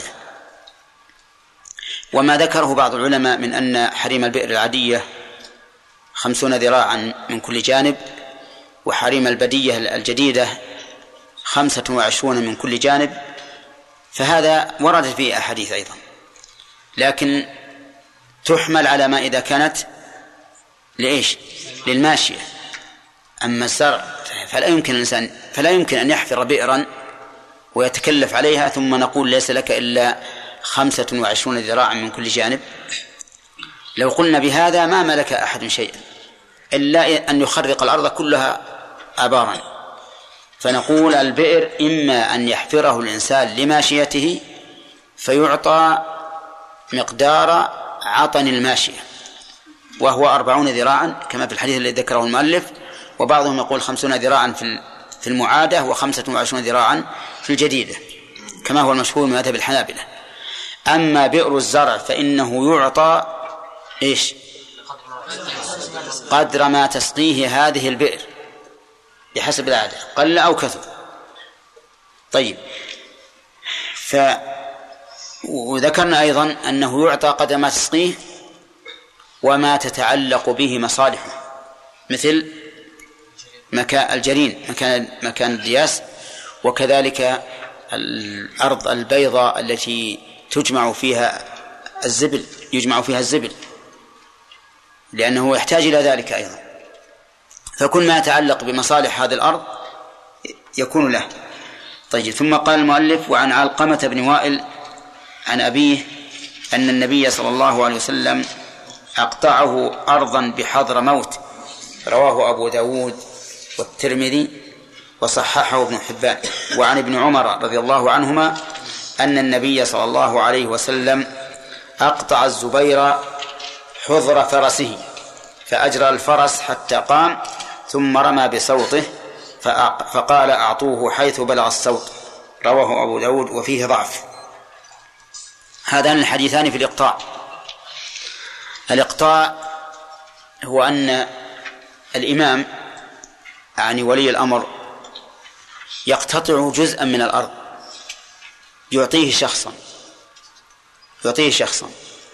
وما ذكره بعض العلماء من أن حريم البئر العادية 50 ذراعا من كل جانب، وحريم البدية الجديدة 25 من كل جانب، فهذا وردت فيه أحاديث أيضا، لكن تحمل على ما إذا كانت لإيش؟ للماشية. أما الزرع فلا يمكن أن يحفر بئرا ويتكلف عليها ثم نقول ليس لك إلا 25 ذراعا من كل جانب. لو قلنا بهذا ما ملك أحد شيئا إلا أن يخرق الأرض كلها آبارا. فنقول البئر إما أن يحفره الإنسان لماشيته فيعطى مقدار عطن الماشية وهو 40 ذراعا كما في الحديث الذي ذكره المؤلف، وبعضهم يقول 50 ذراعا في المعادة و25 ذراعا في الجديدة كما هو المشهور من مذهب الحنابلة. أما بئر الزرع فإنه يعطى إيش؟ قدر ما تسقيه هذه البئر بحسب العادة، قل أو كثر. طيب، وذكرنا أيضا أنه يعطى قدر ما تسقيه وما تتعلق به مصالحه، مثل مكان الجرين، مكان الدياس، وكذلك الأرض البيضاء التي يجمع فيها الزبل لأنه يحتاج إلى ذلك أيضا. فكل ما يتعلق بمصالح هذه الأرض يكون له. طيب، ثم قال المؤلف: وعن علقمة بن وائل عن أبيه أن النبي صلى الله عليه وسلم أقطعه أرضا بحضر موت، رواه أبو داود والترمذي وصححه ابن حبان. وعن ابن عمر رضي الله عنهما أن النبي صلى الله عليه وسلم أقطع الزبير حضر فرسه فأجرى الفرس حتى قام ثم رمى بصوته فقال أعطوه حيث بلغ الصوت. رواه أبو داود وفيه ضعف. هذان الحديثان في الإقطاع. الإقطاع هو أن الإمام يعني ولي الأمر يقتطع جزءا من الأرض يعطيه شخصا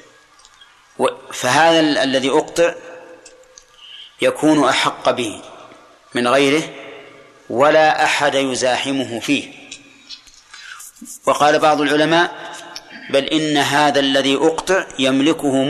فهذا الذي أقطع يكون أحق به من غيره ولا أحد يزاحمه فيه. وقال بعض العلماء بل إن هذا الذي أقطع يملكه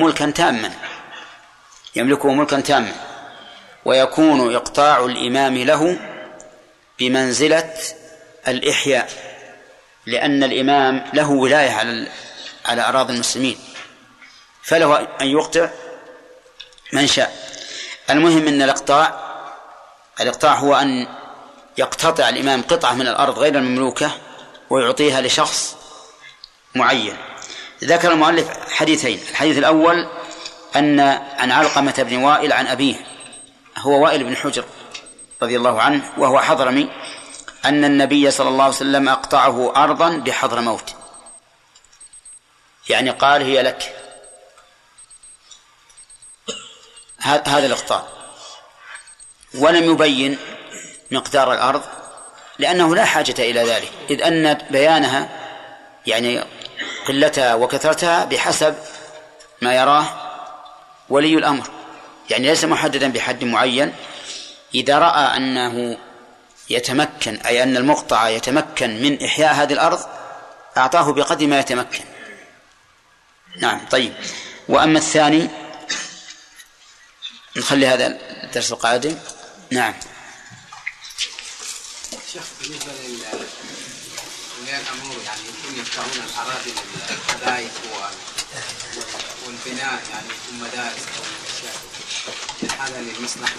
ملكا تاما ويكون إقطاع الإمام له بمنزلة الإحياء، لأن الإمام له ولاية على أراضي المسلمين فله أن يقطع من شاء. المهم أن الإقطاع هو أن يقتطع الإمام قطعة من الأرض غير المملوكة ويعطيها لشخص معين. ذكر المؤلف حديثين. الحديث الأول أن عن علقمة بن وائل عن أبيه هو وائل بن حجر رضي الله عنه وهو حضرمي أن النبي صلى الله عليه وسلم أقطعه أرضا بحضرموت، يعني قال هي لك. هذا الإقطاع، ولم يبين مقدار الأرض لأنه لا حاجة إلى ذلك، إذ أن بيانها يعني قلتها وكثرتها بحسب ما يراه ولي الأمر، يعني ليس محددا بحد معين. إذا رأى أنه يتمكن أي أن المقطع يتمكن من إحياء هذه الأرض أعطاه بقدر ما يتمكن. نعم. طيب. وأما الثاني نخلي هذا الدرس القادم. نعم. شيخ بالنسبة للأمور يعني يمكن يفتحون الأراضي للحدائق والبناء يعني في المدارس أو الأشياء هذا للمصلحة.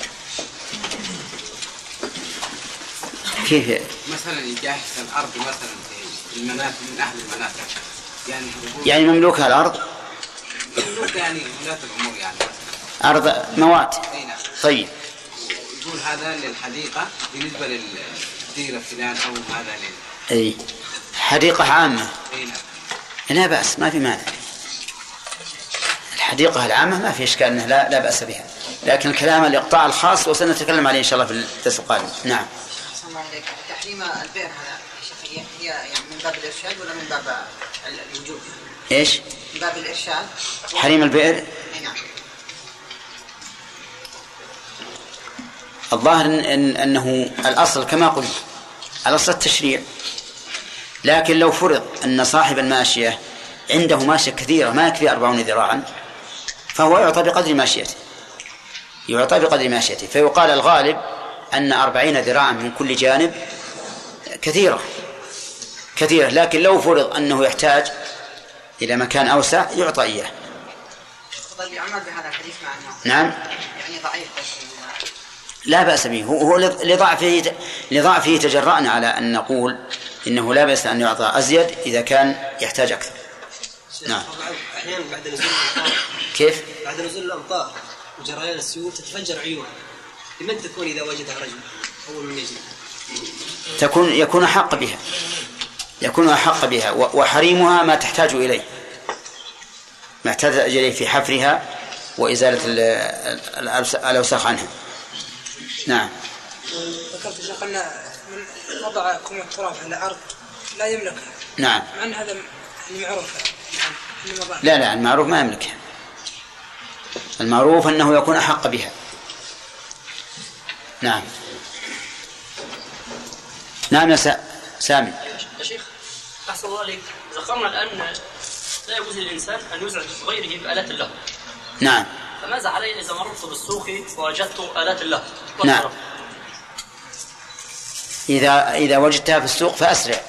كيف مثلا يجهز الأرض مثلا في المناطق من أهل المناطق يعني مملوكها الأرض مملوكها يعني ولاة الأمور يعني أرض موات. طيب. يقول هذا للحديقة بالنسبة للديرة فلان أو هذا أي حديقة عامة لا بأس، ما في مانع. الحديقة العامة ما في إشكال أنه لا بأس بها، لكن الكلام الإقطاع الخاص وسنتكلم عليه إن شاء الله في الدرس القادم. نعم. تحريم البيع هذا هي يعني من باب الإرشاد ولا من باب الوجوب؟ إيش؟ من باب الإرشاد. حريم البئر. نعم. الظاهر أنه الأصل كما قلت الأصل التشريع، لكن لو فرض أن صاحب الماشية عنده ماشية كثيرة ما يكفي 40 ذراعا فهو يعطى بقدر ماشيته، فيقال الغالب أن 40 ذراعا من كل جانب كثيرة، لكن لو فرض أنه يحتاج إلى مكان أوسع يعطى إياه. طيب يعمل بهذا الحديث مع أنه نعم يعني ضعيف لا بأس به، هو لضعفه تجرأنا على أن نقول إنه لا بأس أن يعطى أزيد إذا كان يحتاج أكثر. نعم. أحيانا بعد نزول الأمطار كيف؟ بعد نزول الأمطار وجريان السيول تتفجر عيونها، لمن تكون إذا وجدها رجل أول من يجد؟ يكون أحق بها وحريمها ما تحتاج إليه في حفرها وإزالة الأوساخ عنها. نعم. ذكرت شيخ أن من وضع كم التراب على الأرض لا يملكها. نعم. مع أن هذا المعروف. لا المعروف ما يملكها، المعروف أنه يكون أحق بها. نعم. نعم يا سامي. يا شيخ أحسن الله عليك، ذكرنا الآن لا يجوز للإنسان أن يزعج غيره بآلات الله. نعم. فماذا علي إذا مررت بالسوق ووجدت آلات الله؟ نعم. إذا وجدتها في السوق فأسرع.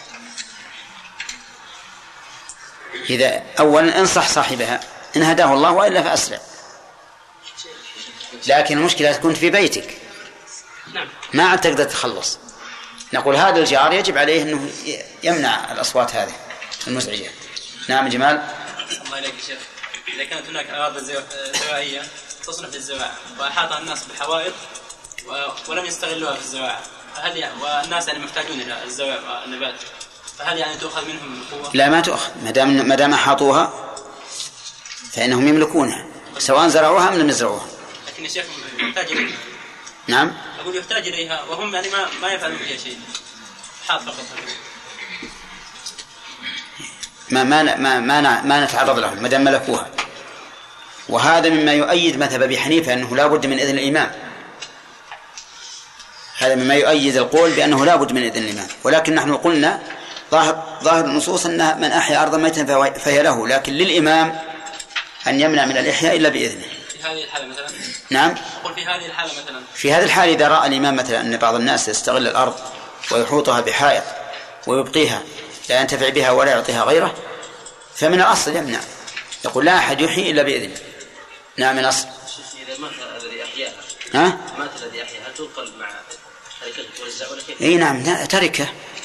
إذا أولا انصح صاحبها إن هداه الله وإلا فأسرع. لكن المشكلة كنت في بيتك ما عاد تقدر تتخلص. نقول هذا الجار يجب عليه أنه يمنع الأصوات هذه المزعجة. نعم جمال. الله عليك يا شيخ، إذا كانت هناك أراضي زراعية تصلح للزراعة وأحاطها الناس بحوائط ولم يستغلوها في الزراعة، والناس يعني محتاجون إلى الزراعة والنبات، فهل يعني تؤخذ منهم القوة؟ لا ما تؤخذ، ما دام أحاطوها فإنهم يملكونها سواء زرعوها أم لم يزرعوها. لكن يا شيخ يحتاج إليها. نعم. أقول يحتاج إليها وهم يعني ما يفعلون فيها شيء، حاط فقط. ما نتعرض لهم ما دام ملكوها. وهذا مما يؤيد مذهب أبي حنيفة أنه لا بد من إذن الإمام. هذا مما يؤيد القول بأنه لا بد من إذن الإمام. ولكن نحن قلنا ظاهر النصوص أن من أحيا أرضا ميتا فهي له، لكن للإمام أن يمنع من الإحياء إلا بإذنه. في هذه الحالة مثلا. نعم. أقول في هذه الحالة مثلا. في هذه الحالة إذا رأى الإمام مثلا أن بعض الناس يستغل الأرض ويحوطها بحائط ويبقيها لا ينتفع بها ولا يعطيها غيره، فمن الأصل يمنع، يقول لا أحد يحيي إلا بإذنه. نعم من الأصل. إذا مات الذي أحياها. مات الذي أحياها هل تنقل مع تركته توزع ولا كيف؟ أي نعم تركه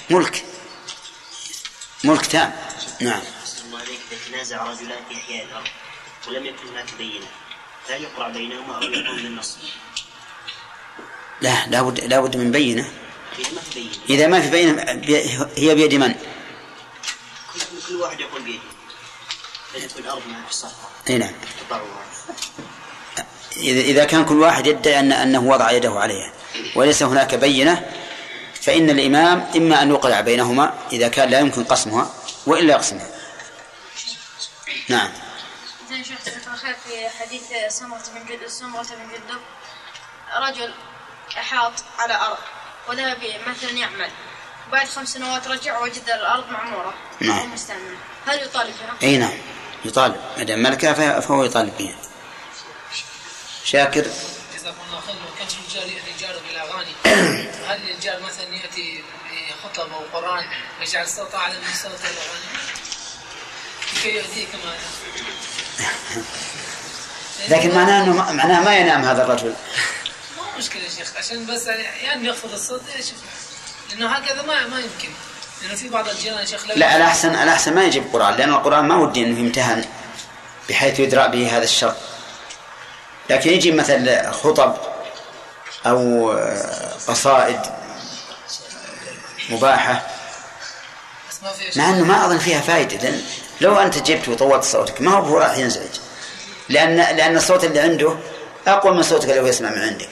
ملك تام. نعم. الله عليك، إذا تنازع رجلان في إحياء الأرض ولم يكن هناك بينة لا يقرع بينهما أو يقوم بالنص؟ لا بد من بينة. إذا ما في بينة هي بيد من؟ كل واحد يقول بيده. يكون الأرض ما في الصحراء. أي نعم. إذا كان كل واحد يدعي أنه وضع يده عليها وليس هناك بينة، فإن الإمام إما أن يقرع بينهما إذا كان لا يمكن قسمها وإلا يقسمها. نعم. زين شيخ الخير، في حديث سمرة بن جندب رجل أحاط على أرض وذهب مثلا يعمل، بعد 5 سنوات رجع وجد الأرض معمورة مستعملة، هل يطالب بها؟ أي نعم يطالب، ما دام ملكها فهو يطالب بها. شاكر. جزاكم الله خير. كان رجال بالأغاني، هل الرجال مثلا يأتي بخطب أو قرآن يجعل صوته على صوت الأغاني كي يؤذيه كما لكن معناه ما ينام هذا الرجل. ما مشكلة يا شيخ، عشان بس يعني يخفض الصوت لأنه هكذا ما يمكن، لأنه في بعض الجيران يا شيخ لا الأحسن ما يجيب القرآن، لأن القرآن ما ودي أنه يمتهن بحيث يدرأ به هذا الشر. لكن يجي مثل خطب أو قصائد مباحة، مع أنه ما أظن فيها فائدة، لأن لو أنت جبت وطولت صوتك ما هو راح ينزعج، لأن الصوت اللي عنده أقوى من صوتك لو يسمع من عندك.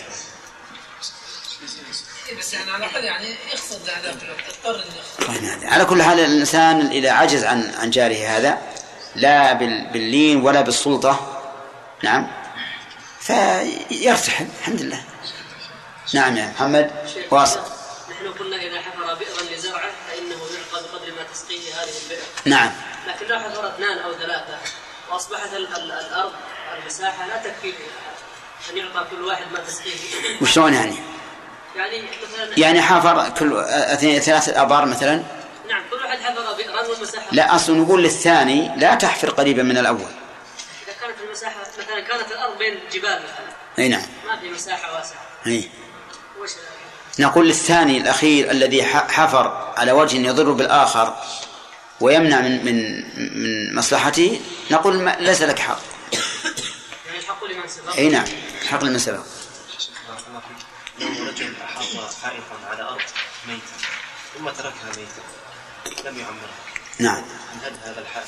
بس يعني على الأقل يعني يخفض هذا اضطر يخفض. على كل حال الإنسان إذا عجز عن جاره هذا لا باللين ولا بالسلطة، نعم، فيرتحل الحمد لله. نعم يا محمد واصل. نحن قلنا إذا حفر بئرا لزرعه فإنه يعطى بقدر ما تسقيه هذه البئر. نعم. لكن لو حفر 2 أو 3 وأصبحت الأرض المساحة لا تكفي أن يعطى كل واحد ما تسقيه. وشلون يعني؟ يعني حفر كل 3 أبار مثلا. نعم، كل واحد حفر بئرا والمساحة. لا، أصل نقول للثاني لا تحفر قريبا من الأول. إذا كانت المساحة مثلا كانت الأرض بين جبال مثلا. أي نعم. ما في مساحة واسعة. أي. نقول للثاني الأخير الذي حفر على وجه يضر بالآخر ويمنع من مصلحته، نقول ليس لك حق. يعني الحق لمن سبق. أي نعم، حق لمن سبق. لو رجل أحاط حائطا على أرض ميتة ثم تركها ميتة لم يعمرها. نعم. انهد هذا الحائط.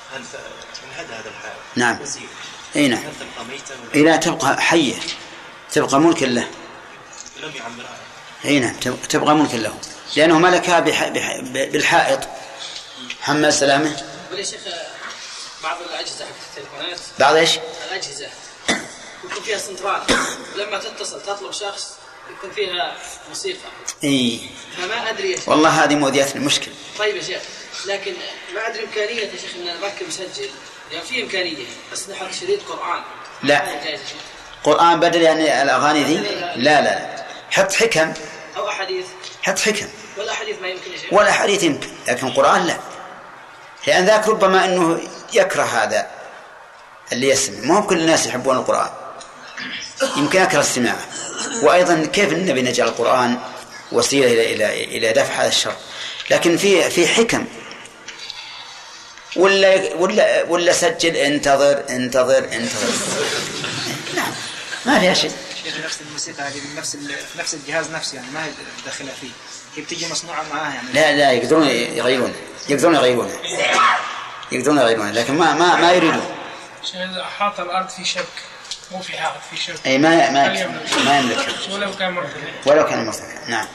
نعم. أي نعم. تبقى ميتة إذا تبقى حية تبقى ملكا له. لم يعمرها. أي نعم تبقى ملكا له، لأنه ملكها بالحائط. محمد سلامة. يا شيخ بعض الأجهزة حق التليفونات. بعض إيش؟ الأجهزة يكون فيها سنترال، لما تتصل تطلب شخص يكون فيها موسيقى. إيه. فما أدري. والله هذه موديات المشكلة. طيب يا شيخ، لكن ما أدري إمكانية يا شيخ إن نركب مسجل، يعني في إمكانية بس نحط شريط قرآن. لا. قرآن بدل يعني الأغاني ذي؟ لا. حط حكم. أو أحاديث. حط حكم. ولا حديث ما يمكن يا شيخ. ولا حديث يمكن، لكن قرآن لا. لأن ذاك ربما أنه يكره هذا اللي يسمع، ما هو كل الناس يحبون القرآن. يمكن أكره السماع. وأيضا كيف النبي نجعل القرآن وسيلة إلى دفع هذا الشر؟ لكن في حكم. ولا سجل انتظر. نعم ما فيها شيء. نفس الموسيقى هذه من نفس الجهاز نفسه، يعني ما داخلها فيه، هي بتيجي مصنوعة معاها يعني. لا يقدرون يغيرون لكن ما يريدون. إذا حاط الأرض في شك، مو في حائط في شك. أي ما يملك ولو كان مرتفعا. نعم.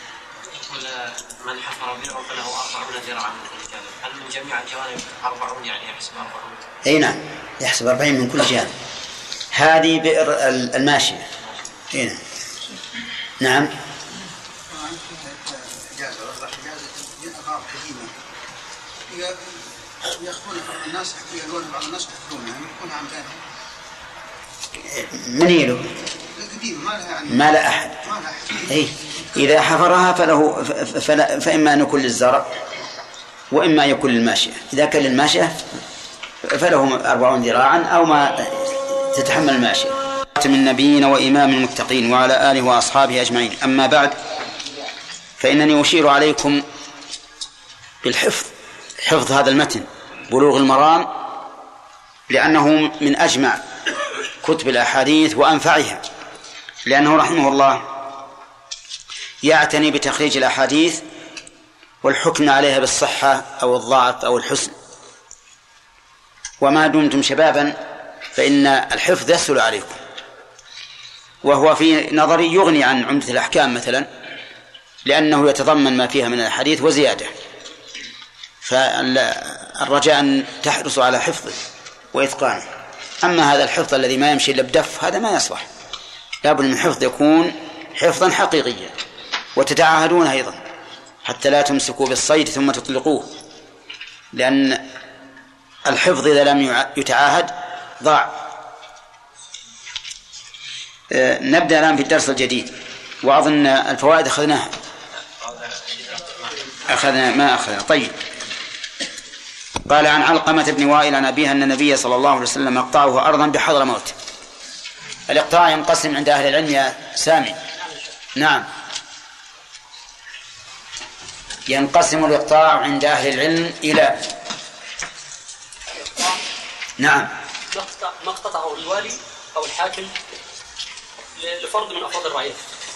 من حفر بئرا فله 40 ذراعا من كل جانب، هل من جميع الجوانب 40 يعني يحسب 40؟ أي نعم يحسب 40 من كل جانب. هذه بئر الماشية. هنا نعم. يأخذون الناس يقولون بعض الناس يحفرونها يكون عن من يلو ما لا أحد. أي إذا حفرها فإما أن يكون للزرع وإما أن يكون للماشية. إذا كان للماشية فله 40 ذراعا أو ما تتحمل الماشية. من النبيين وإمام المتقين وعلى آله وأصحابه أجمعين. أما بعد، فإنني أشير عليكم بالحفظ هذا المتن بلوغ المرام، لأنه من أجمع كتب الأحاديث وأنفعها، لأنه رحمه الله يعتني بتخريج الأحاديث والحكم عليها بالصحة أو الضعف أو الحسن. وما دمتم شبابا فإن الحفظ يسهل عليكم، وهو في نظري يغني عن عمدة الأحكام مثلا، لأنه يتضمن ما فيها من الحديث وزيادة. فالرجاء أن تحرصوا على حفظه وإتقانه. أما هذا الحفظ الذي ما يمشي إلا بدف هذا ما يصلح، لابد من حفظ يكون حفظا حقيقيا، وتتعاهدونه أيضا حتى لا تمسكوا بالصيد ثم تطلقوه، لأن الحفظ إذا لم يتعاهد ضاع. نبدأ الآن في الدرس الجديد، وأظن الفوائد أخذناها. ما أخذنا. طيب. قال عن علقمة بن وائل عن أبيه أن النبي صلى الله عليه وسلم أقطعه أرضا بحضرموت. الإقطاع ينقسم عند أهل العلم يا سامي. نعم، ينقسم الإقطاع عند أهل العلم إلى نعم ما اقتطعه الوالي أو الحاكم لفرد من أفراد الرعية.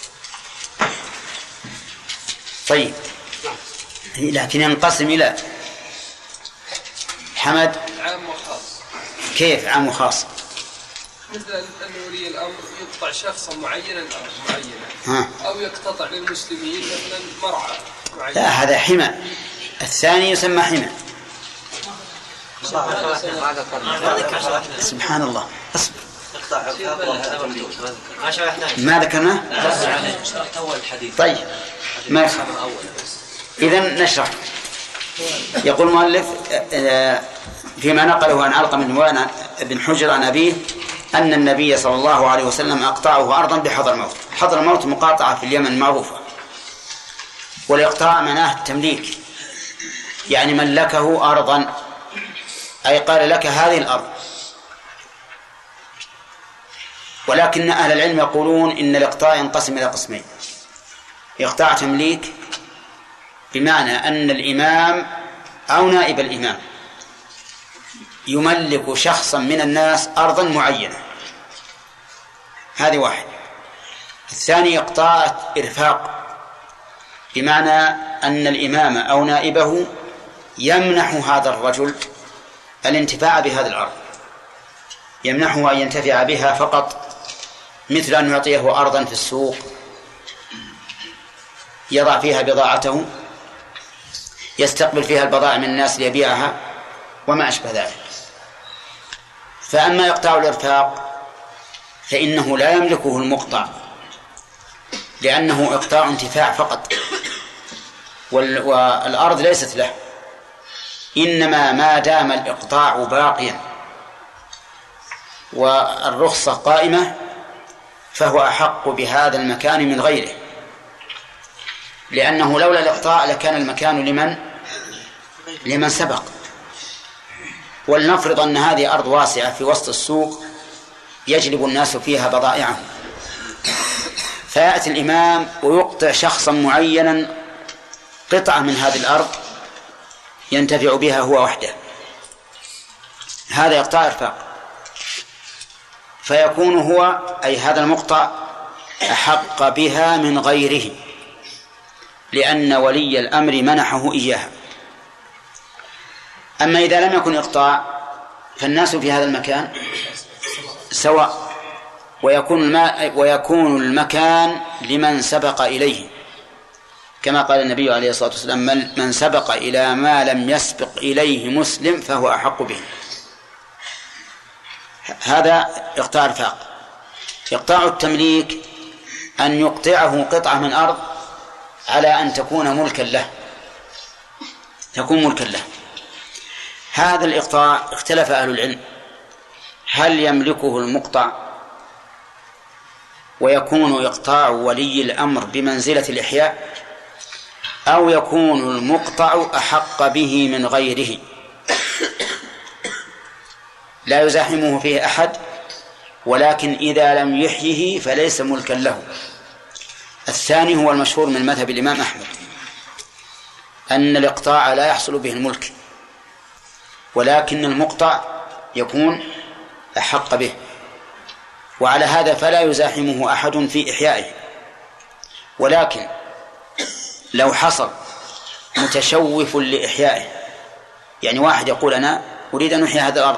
طيب. لكن ينقسم إلى حمد عام وخاص. كيف عام وخاص؟ مثل أن ولي الأمر يقطع شخصا معينا أو يقتطع للمسلمين مثلا مرعى معين. لا، هذا حمى. الثاني يسمى حمى. سبحان الله. أصبر. ما ذكرنا؟ طيب ما يخالف. إذن نشرح. يقول المؤلف فيما نقله عن علقمة بن حجر عن أبيه أن النبي صلى الله عليه وسلم أقطعه أرضا بحضرموت. حضرموت مقاطعة في اليمن معروفة، والإقطاع معناه التمليك، يعني ملكه أرضا، أي قال لك هذه الأرض. ولكن أهل العلم يقولون إن الإقطاع ينقسم إلى قسمين: إقطاع تمليك بمعنى أن الإمام أو نائب الإمام يملك شخصا من الناس أرضا معينة، هذه واحد. الثاني إقطاع إرفاق بمعنى أن الإمام أو نائبه يمنح هذا الرجل الانتفاع بهذه الأرض، يمنحه أن ينتفع بها فقط، مثل أن يعطيه أرضا في السوق يضع فيها بضاعته، يستقبل فيها البضائع من الناس ليبيعها وما أشبه ذلك. فأما إقطاع الإرفاق فإنه لا يملكه المقطع، لأنه إقطاع انتفاع فقط، والأرض ليست له، إنما ما دام الإقطاع باقيا والرخصة قائمة فهو أحق بهذا المكان من غيره، لأنه لولا الإقطاع لكان المكان لمن سبق. ولنفرض أن هذه أرض واسعة في وسط السوق يجلب الناس فيها بضائعهم، فيأتي الإمام ويقطع شخصا معينا قطعة من هذه الأرض ينتفع بها هو وحده، هذا إقطاع إرفاق، فيكون هو أي هذا المقطع أحق بها من غيره، لأن ولي الأمر منحه إياها. أما إذا لم يكن إقطاع فالناس في هذا المكان سواء، ويكون المكان لمن سبق إليه، كما قال النبي عليه الصلاة والسلام: من سبق إلى ما لم يسبق إليه مسلم فهو أحق به. هذا إقطاع الرفاق. إقطاع التمليك أن يقطعه قطعة من أرض على أن تكون ملكا له، تكون ملكا له. هذا الإقطاع اختلف أهل العلم هل يملكه المقطع ويكون إقطاع ولي الأمر بمنزلة الإحياء، أو يكون المقطع أحق به من غيره لا يزاحمه فيه أحد، ولكن إذا لم يحيه فليس ملكا له. الثاني هو المشهور من مذهب الإمام أحمد، أن الإقطاع لا يحصل به الملك، ولكن المقطع يكون أحق به، وعلى هذا فلا يزاحمه أحد في إحيائه. ولكن لو حصل متشوف لإحيائه، يعني واحد يقول أنا أريد أن أحيي هذا الأرض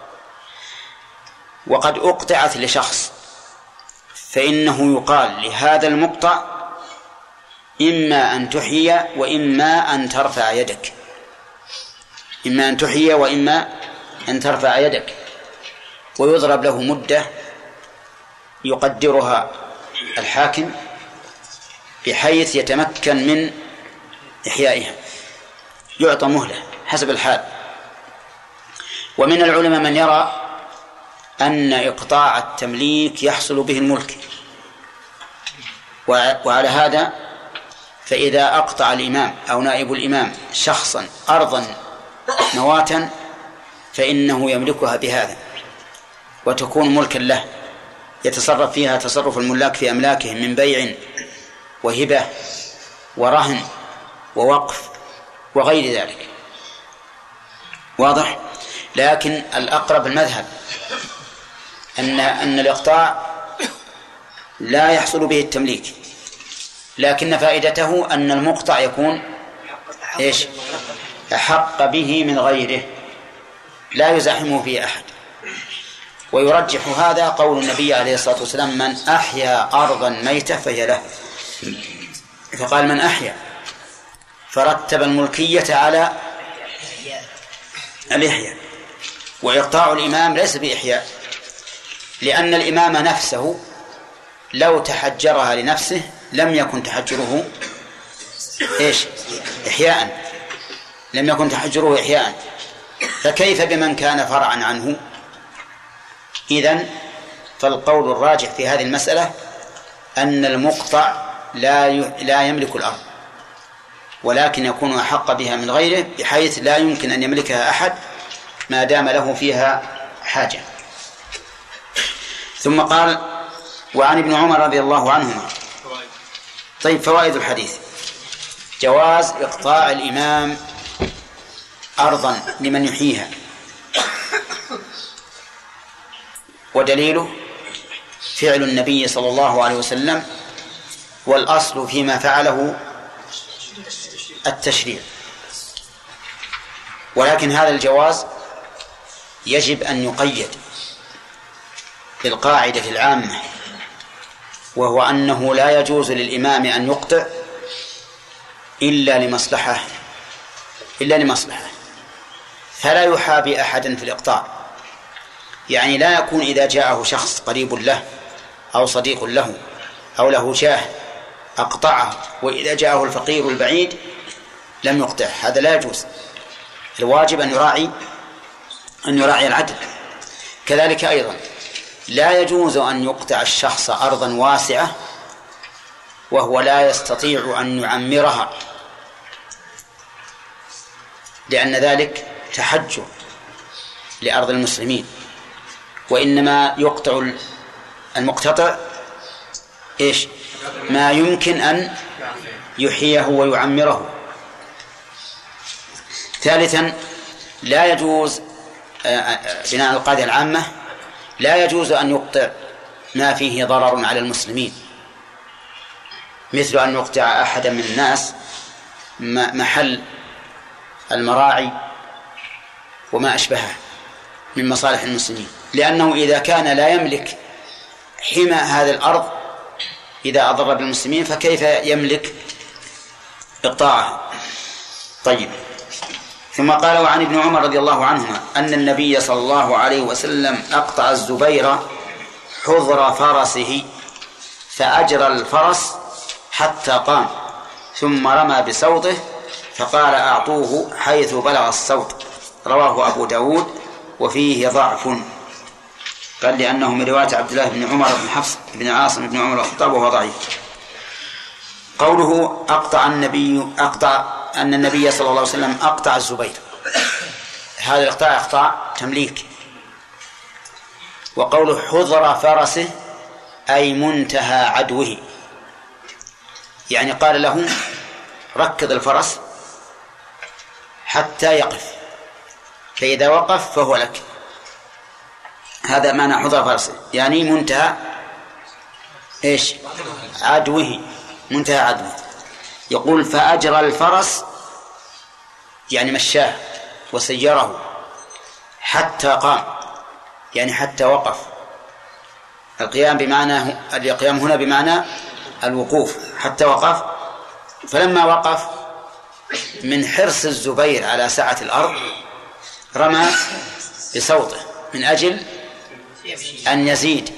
وقد أقطعت لشخص، فإنه يقال لهذا المقطع: إما أن تحيي وإما أن ترفع يدك، إما أن تحيي وإما أن ترفع يدك، ويضرب له مدة يقدرها الحاكم بحيث يتمكن من إحيائها، يعطى مهلة حسب الحال. ومن العلماء من يرى أن إقطاع التمليك يحصل به الملك، وعلى هذا فإذا أقطع الإمام أو نائب الإمام شخصا أرضا نواة فإنه يملكها بهذا وتكون ملكا له، يتصرف فيها تصرف الملاك في أملاكهم من بيع وهبة ورهن ووقف وغير ذلك. واضح؟ لكن الأقرب المذهب أن الإقطاع لا يحصل به التمليك، لكن فائدته أن المقطع يكون إيش؟ أحق به من غيره، لا يزاحمه فيه أحد. ويرجح هذا قول النبي عليه الصلاة والسلام: من أحيا أرضا ميتة فهي له. فقال: من أحيا، فرتب الملكية على الإحياء. وإقطاع الإمام ليس بإحياء، لأن الإمام نفسه لو تحجرها لنفسه لم يكن تحجره إيش؟ إحياء، لم يكن تحجره إحياء، فكيف بمن كان فرعا عنه؟ إذن فالقول الراجح في هذه المسألة أن المقطع لا يملك الأرض، ولكن يكون أحق بها من غيره، بحيث لا يمكن أن يملكها أحد ما دام له فيها حاجة. ثم قال: وعن ابن عمر رضي الله عنهما. طيب، فوائد الحديث: جواز إقطاع الإمام أرضا لمن يحييها، ودليله فعل النبي صلى الله عليه وسلم، والأصل فيما فعله التشريع. ولكن هذا الجواز يجب أن يقيد بالقاعدة العامة، وهو أنه لا يجوز للإمام أن يقطع إلا لمصلحة، فلا يحابي أحدا في الإقطاع. يعني لا يكون إذا جاءه شخص قريب له أو صديق له أو له جاه أقطعه، وإذا جاءه الفقير البعيد لم يقطع، هذا لا يجوز. الواجب أن يراعي العدل. كذلك أيضا لا يجوز أن يقطع الشخص أرضا واسعة وهو لا يستطيع أن يعمرها، لأن ذلك تحجر لأرض المسلمين، وإنما يقطع المقتطع إيش؟ ما يمكن أن يحييه ويعمره. ثالثا لا يجوز بناء القاعدة العامة لا يجوز أن يقطع ما فيه ضرر على المسلمين، مثل أن يقطع أحدا من الناس محل المراعي وما أشبهه من مصالح المسلمين، لأنه إذا كان لا يملك حمى هذه الأرض إذا أضر بالمسلمين فكيف يملك إقطاعها؟ طيب. ثم قال: وعن ابن عمر رضي الله عنهما أن النبي صلى الله عليه وسلم أقطع الزبير حضر فرسه فأجرى الفرس حتى قام ثم رمى بصوته فقال: أعطوه حيث بلغ الصوت. رواه أبو داود وفيه ضعف. قال لأنه من رواية عبد الله بن عمر بن حفص بن عاصم بن عمر الخطاب وهو ضعيف. قوله أقطع أن النبي صلى الله عليه وسلم أقطع الزبير، هذا الإقطاع إقطاع تمليك. وقوله حضر فرسه أي منتهى عدوه، يعني قال له ركض الفرس حتى يقف، فإذا وقف فهو لك. هذا معنى حضر فرسه، يعني منتهى إيش؟ عدوه، منتهى عدوه. يقول فأجرى الفرس يعني مشاه وسيره حتى قام، يعني حتى وقف. القيام هنا بمعنى الوقوف، حتى وقف. فلما وقف من حرص الزبير على سعة الأرض رمى بصوته من أجل أن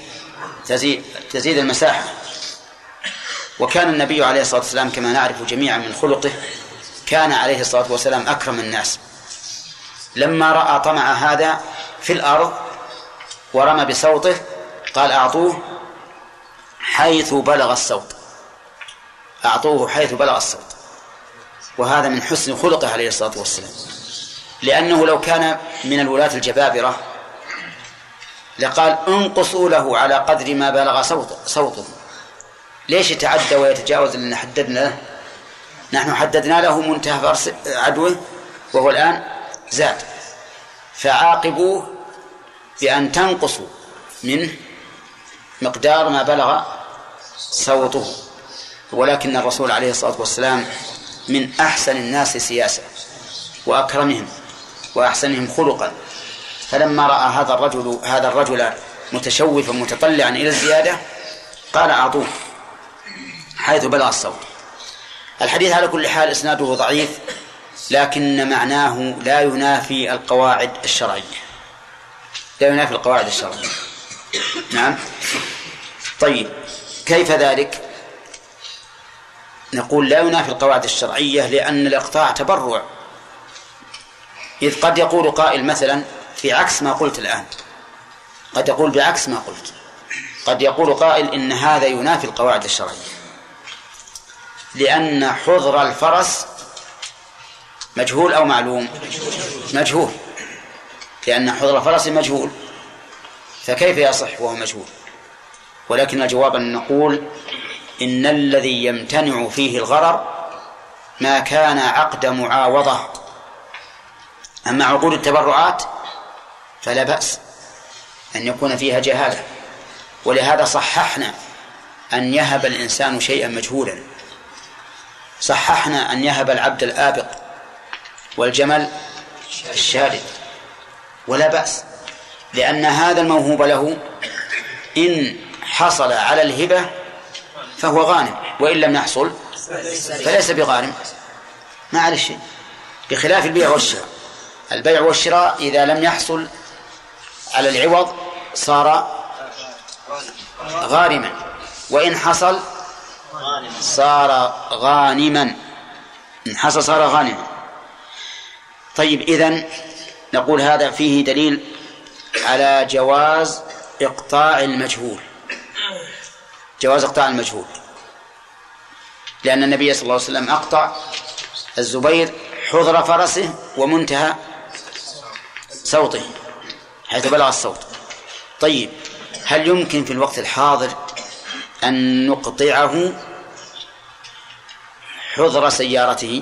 تزيد المساحة. وكان النبي عليه الصلاة والسلام كما نعرف جميعا من خلقه كان عليه الصلاة والسلام أكرم الناس. لما رأى طمع هذا في الأرض ورمى بصوته قال: أعطوه حيث بلغ الصوت، أعطوه حيث بلغ الصوت. وهذا من حسن خلقه عليه الصلاة والسلام، لأنه لو كان من الولاة الجبابرة لقال: انقصوا له على قدر ما بلغ صوته. ليش يتعدى ويتجاوز اللي حددنا له؟ نحن حددنا له منتهى فرس عدوه وهو الآن زاد، فعاقبوه بأن تنقصوا منه مقدار ما بلغ صوته. ولكن الرسول عليه الصلاة والسلام من أحسن الناس سياسة وأكرمهم وأحسنهم خلقا، فلما رأى هذا الرجل متشوفا متطلعا إلى الزيادة قال: أعطوه حيث بلغ الصوت. الحديث على كل حال إسناده ضعيف، لكن معناه لا ينافي القواعد الشرعية، لا ينافي القواعد الشرعية. نعم. طيب، كيف ذلك؟ نقول لا ينافي القواعد الشرعية لأن الإقطاع تبرع. إذ قد يقول قائل مثلا في عكس ما قلت الآن، قد يقول بعكس ما قلت، قد يقول قائل إن هذا ينافي القواعد الشرعية، لأن حضر الفرس مجهول أو معلوم؟ مجهول، لأن حضر الفرس مجهول، فكيف يصح وهو مجهول؟ ولكن الجواب أن نقول إن الذي يمتنع فيه الغرر ما كان عقد معاوضة. أما عقود التبرعات فلا بأس أن يكون فيها جهالة، ولهذا صححنا أن يهب الإنسان شيئا مجهولا، صححنا أن يهب العبد الآبق والجمل الشارد، ولا بأس، لأن هذا الموهوب له إن حصل على الهبة فهو غانم، وإن لم يحصل فليس بغانم، ما عليه شيء، بخلاف البيع والشراء. البيع والشراء إذا لم يحصل على العوض صار غارما، وإن حصل صار غانما، إن حصل صار غانما. طيب، إذن نقول هذا فيه دليل على جواز إقطاع المجهول، جواز إقطاع المجهول، لأن النبي صلى الله عليه وسلم أقطع الزبير حضر فرسه ومنتهى صوته حيث بلغ الصوت. طيب، هل يمكن في الوقت الحاضر أن نقطعه حضر سيارته؟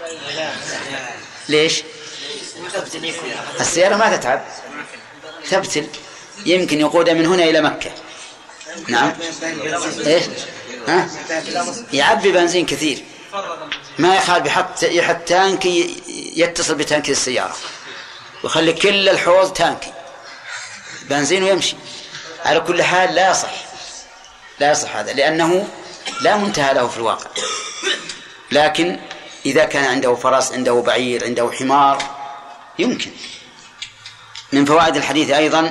ليش؟ السيارة ما تتعب، تبتل، يمكن يقودها من هنا إلى مكة. نعم. إيش؟ ها؟ يعبي بنزين كثير، ما يخال يحط تانكي يتصل بتانكي السيارة ويخلي كل الحوض تانكي بنزين ويمشي. على كل حال لا يصح هذا، لأنه لا منتهى له في الواقع. لكن إذا كان عنده فرس، عنده بعير، عنده حمار، يمكن. من فوائد الحديث أيضا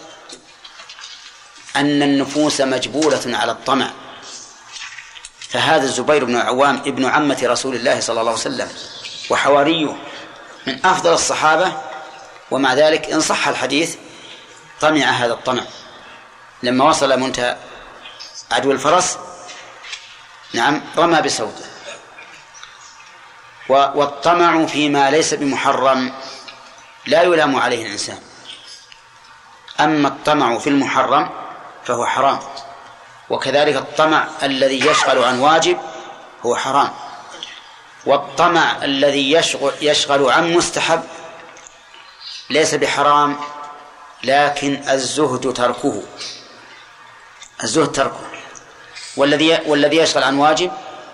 أن النفوس مجبولة على الطمع، فهذا الزبير بن العوام ابن عمة رسول الله صلى الله عليه وسلم وحواريه من أفضل الصحابة، ومع ذلك إن صح الحديث طمع هذا الطمع لما وصل منتهى عدو الفرس. نعم، رمى بسوده. والطمع فيما ليس بمحرم لا يلام عليه الإنسان، أما الطمع في المحرم فهو حرام، وكذلك الطمع الذي يشغل عن واجب هو حرام، والطمع الذي يشغل عن مستحب ليس بحرام، لكن الزهد تركه. والذي يشغل عن واجب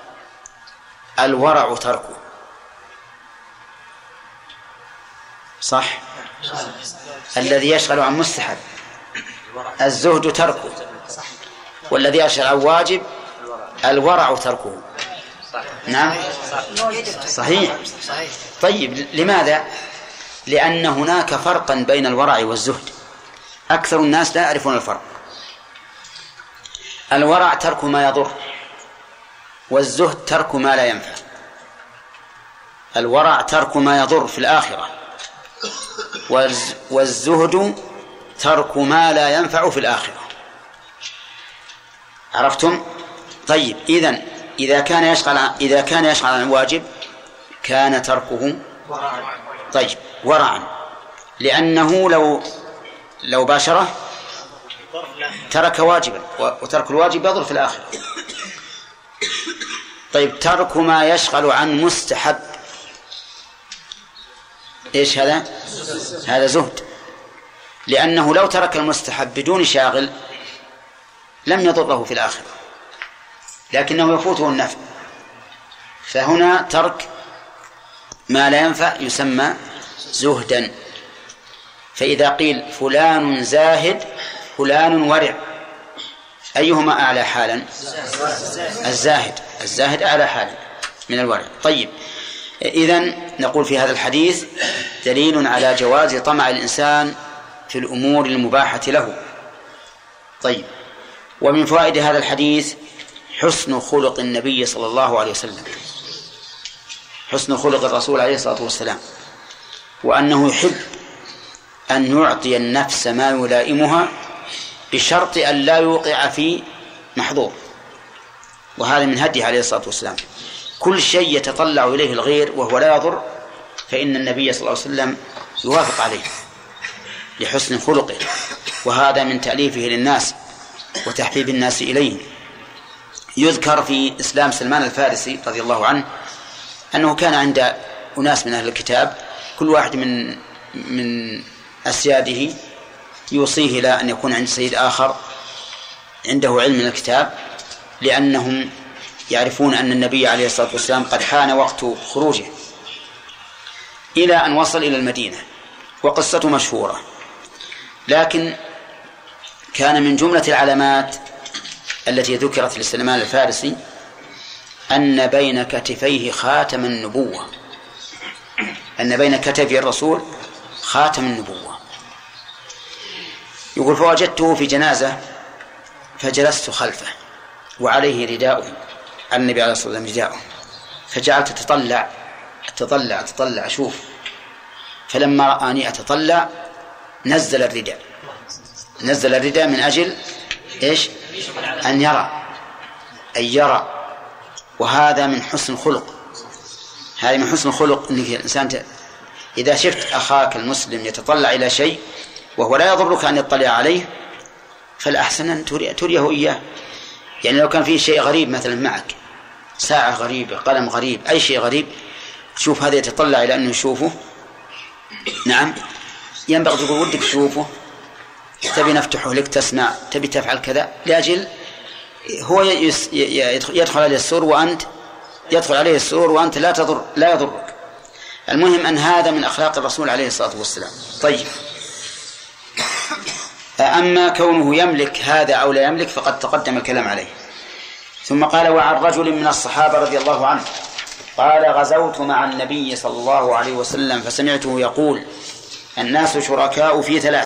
الورع تركه. صح؟ الذي يشغل عن مستحب الزهد تركه، والذي يشغل عن واجب الورع تركه. نعم، صحيح. طيب، لماذا؟ لأن هناك فرقا بين الورع والزهد، أكثر الناس لا يعرفون الفرق. الورع ترك ما يضر، والزهد ترك ما لا ينفع. الورع ترك ما يضر في الآخرة، والزهد ترك ما لا ينفع في الآخرة. عرفتم؟ طيب، إذا كان يشغل عن واجب كان تركه ورعا، لأنه لو باشره ترك واجبا، وترك الواجب يضر في الآخرة. طيب، ترك ما يشغل عن مستحب إيش هذا؟ هذا زهد، لأنه لو ترك المستحب بدون شاغل لم يضره في الآخرة، لكنه يفوته النفع. فهنا ترك ما لا ينفع يسمى زهدا. فإذا قيل فلان زاهد فلان ورع، أيهما أعلى حالا؟ الزاهد أعلى حالا من الورع. طيب، إذن نقول في هذا الحديث دليل على جواز طمع الإنسان في الأمور المباحة له. طيب، ومن فوائد هذا الحديث حسن خلق النبي صلى الله عليه وسلم، حسن خلق الرسول عليه الصلاة والسلام، وأنه يحب أن يعطي النفس ما يلائمها بشرط أن لا يوقع في محظور، وهذا من هديه عليه الصلاة والسلام. كل شيء يتطلع إليه الغير وهو لا يضر فإن النبي صلى الله عليه وسلم يوافق عليه لحسن خلقه، وهذا من تأليفه للناس وتحبيب الناس إليه. يذكر في إسلام سلمان الفارسي رضي الله عنه أنه كان عند أناس من أهل الكتاب، كل واحد من أسياده يوصيه إلى أن يكون عند سيد آخر عنده علم من الكتاب، لأنهم يعرفون أن النبي عليه الصلاة والسلام قد حان وقت خروجه، إلى أن وصل إلى المدينة، وقصته مشهورة. لكن كان من جملة العلامات التي ذكرت لسلمان الفارسي أن بين كتفيه خاتم النبوة، أن بين كتفي الرسول خاتم النبوة. يقول فوجدته في جنازة فجلست خلفه وعليه رداؤه، على النبي عليه الصلاة والسلام رداؤه، فجعلت أتطلع أشوف، فلما رآني أتطلع نزل الرداء من أجل إيش؟ أن يرى. وهذا من حسن الخلق، هذا من حسن الخلق أنك الإنسان إذا شفت أخاك المسلم يتطلع إلى شيء وهو لا يضرك أن يطلع عليه فالأحسن أن تريه إياه. يعني لو كان فيه شيء غريب مثلا معك، ساعة غريبة، قلم غريب، أي شيء غريب، تشوف هذا يتطلع إلى أنه يشوفه، نعم، ينبغي تقول ودك تشوفه، تبي نفتحه لك تسمع، تبي تفعل كذا، لأجل هو يدخل عليه السرور وأنت لا يضرك. المهم أن هذا من أخلاق الرسول عليه الصلاة والسلام. طيب، أما كونه يملك هذا أو لا يملك فقد تقدم الكلام عليه. ثم قال: وعن رجل من الصحابة رضي الله عنه قال: غزوت مع النبي صلى الله عليه وسلم فسمعته يقول: الناس شركاء في 3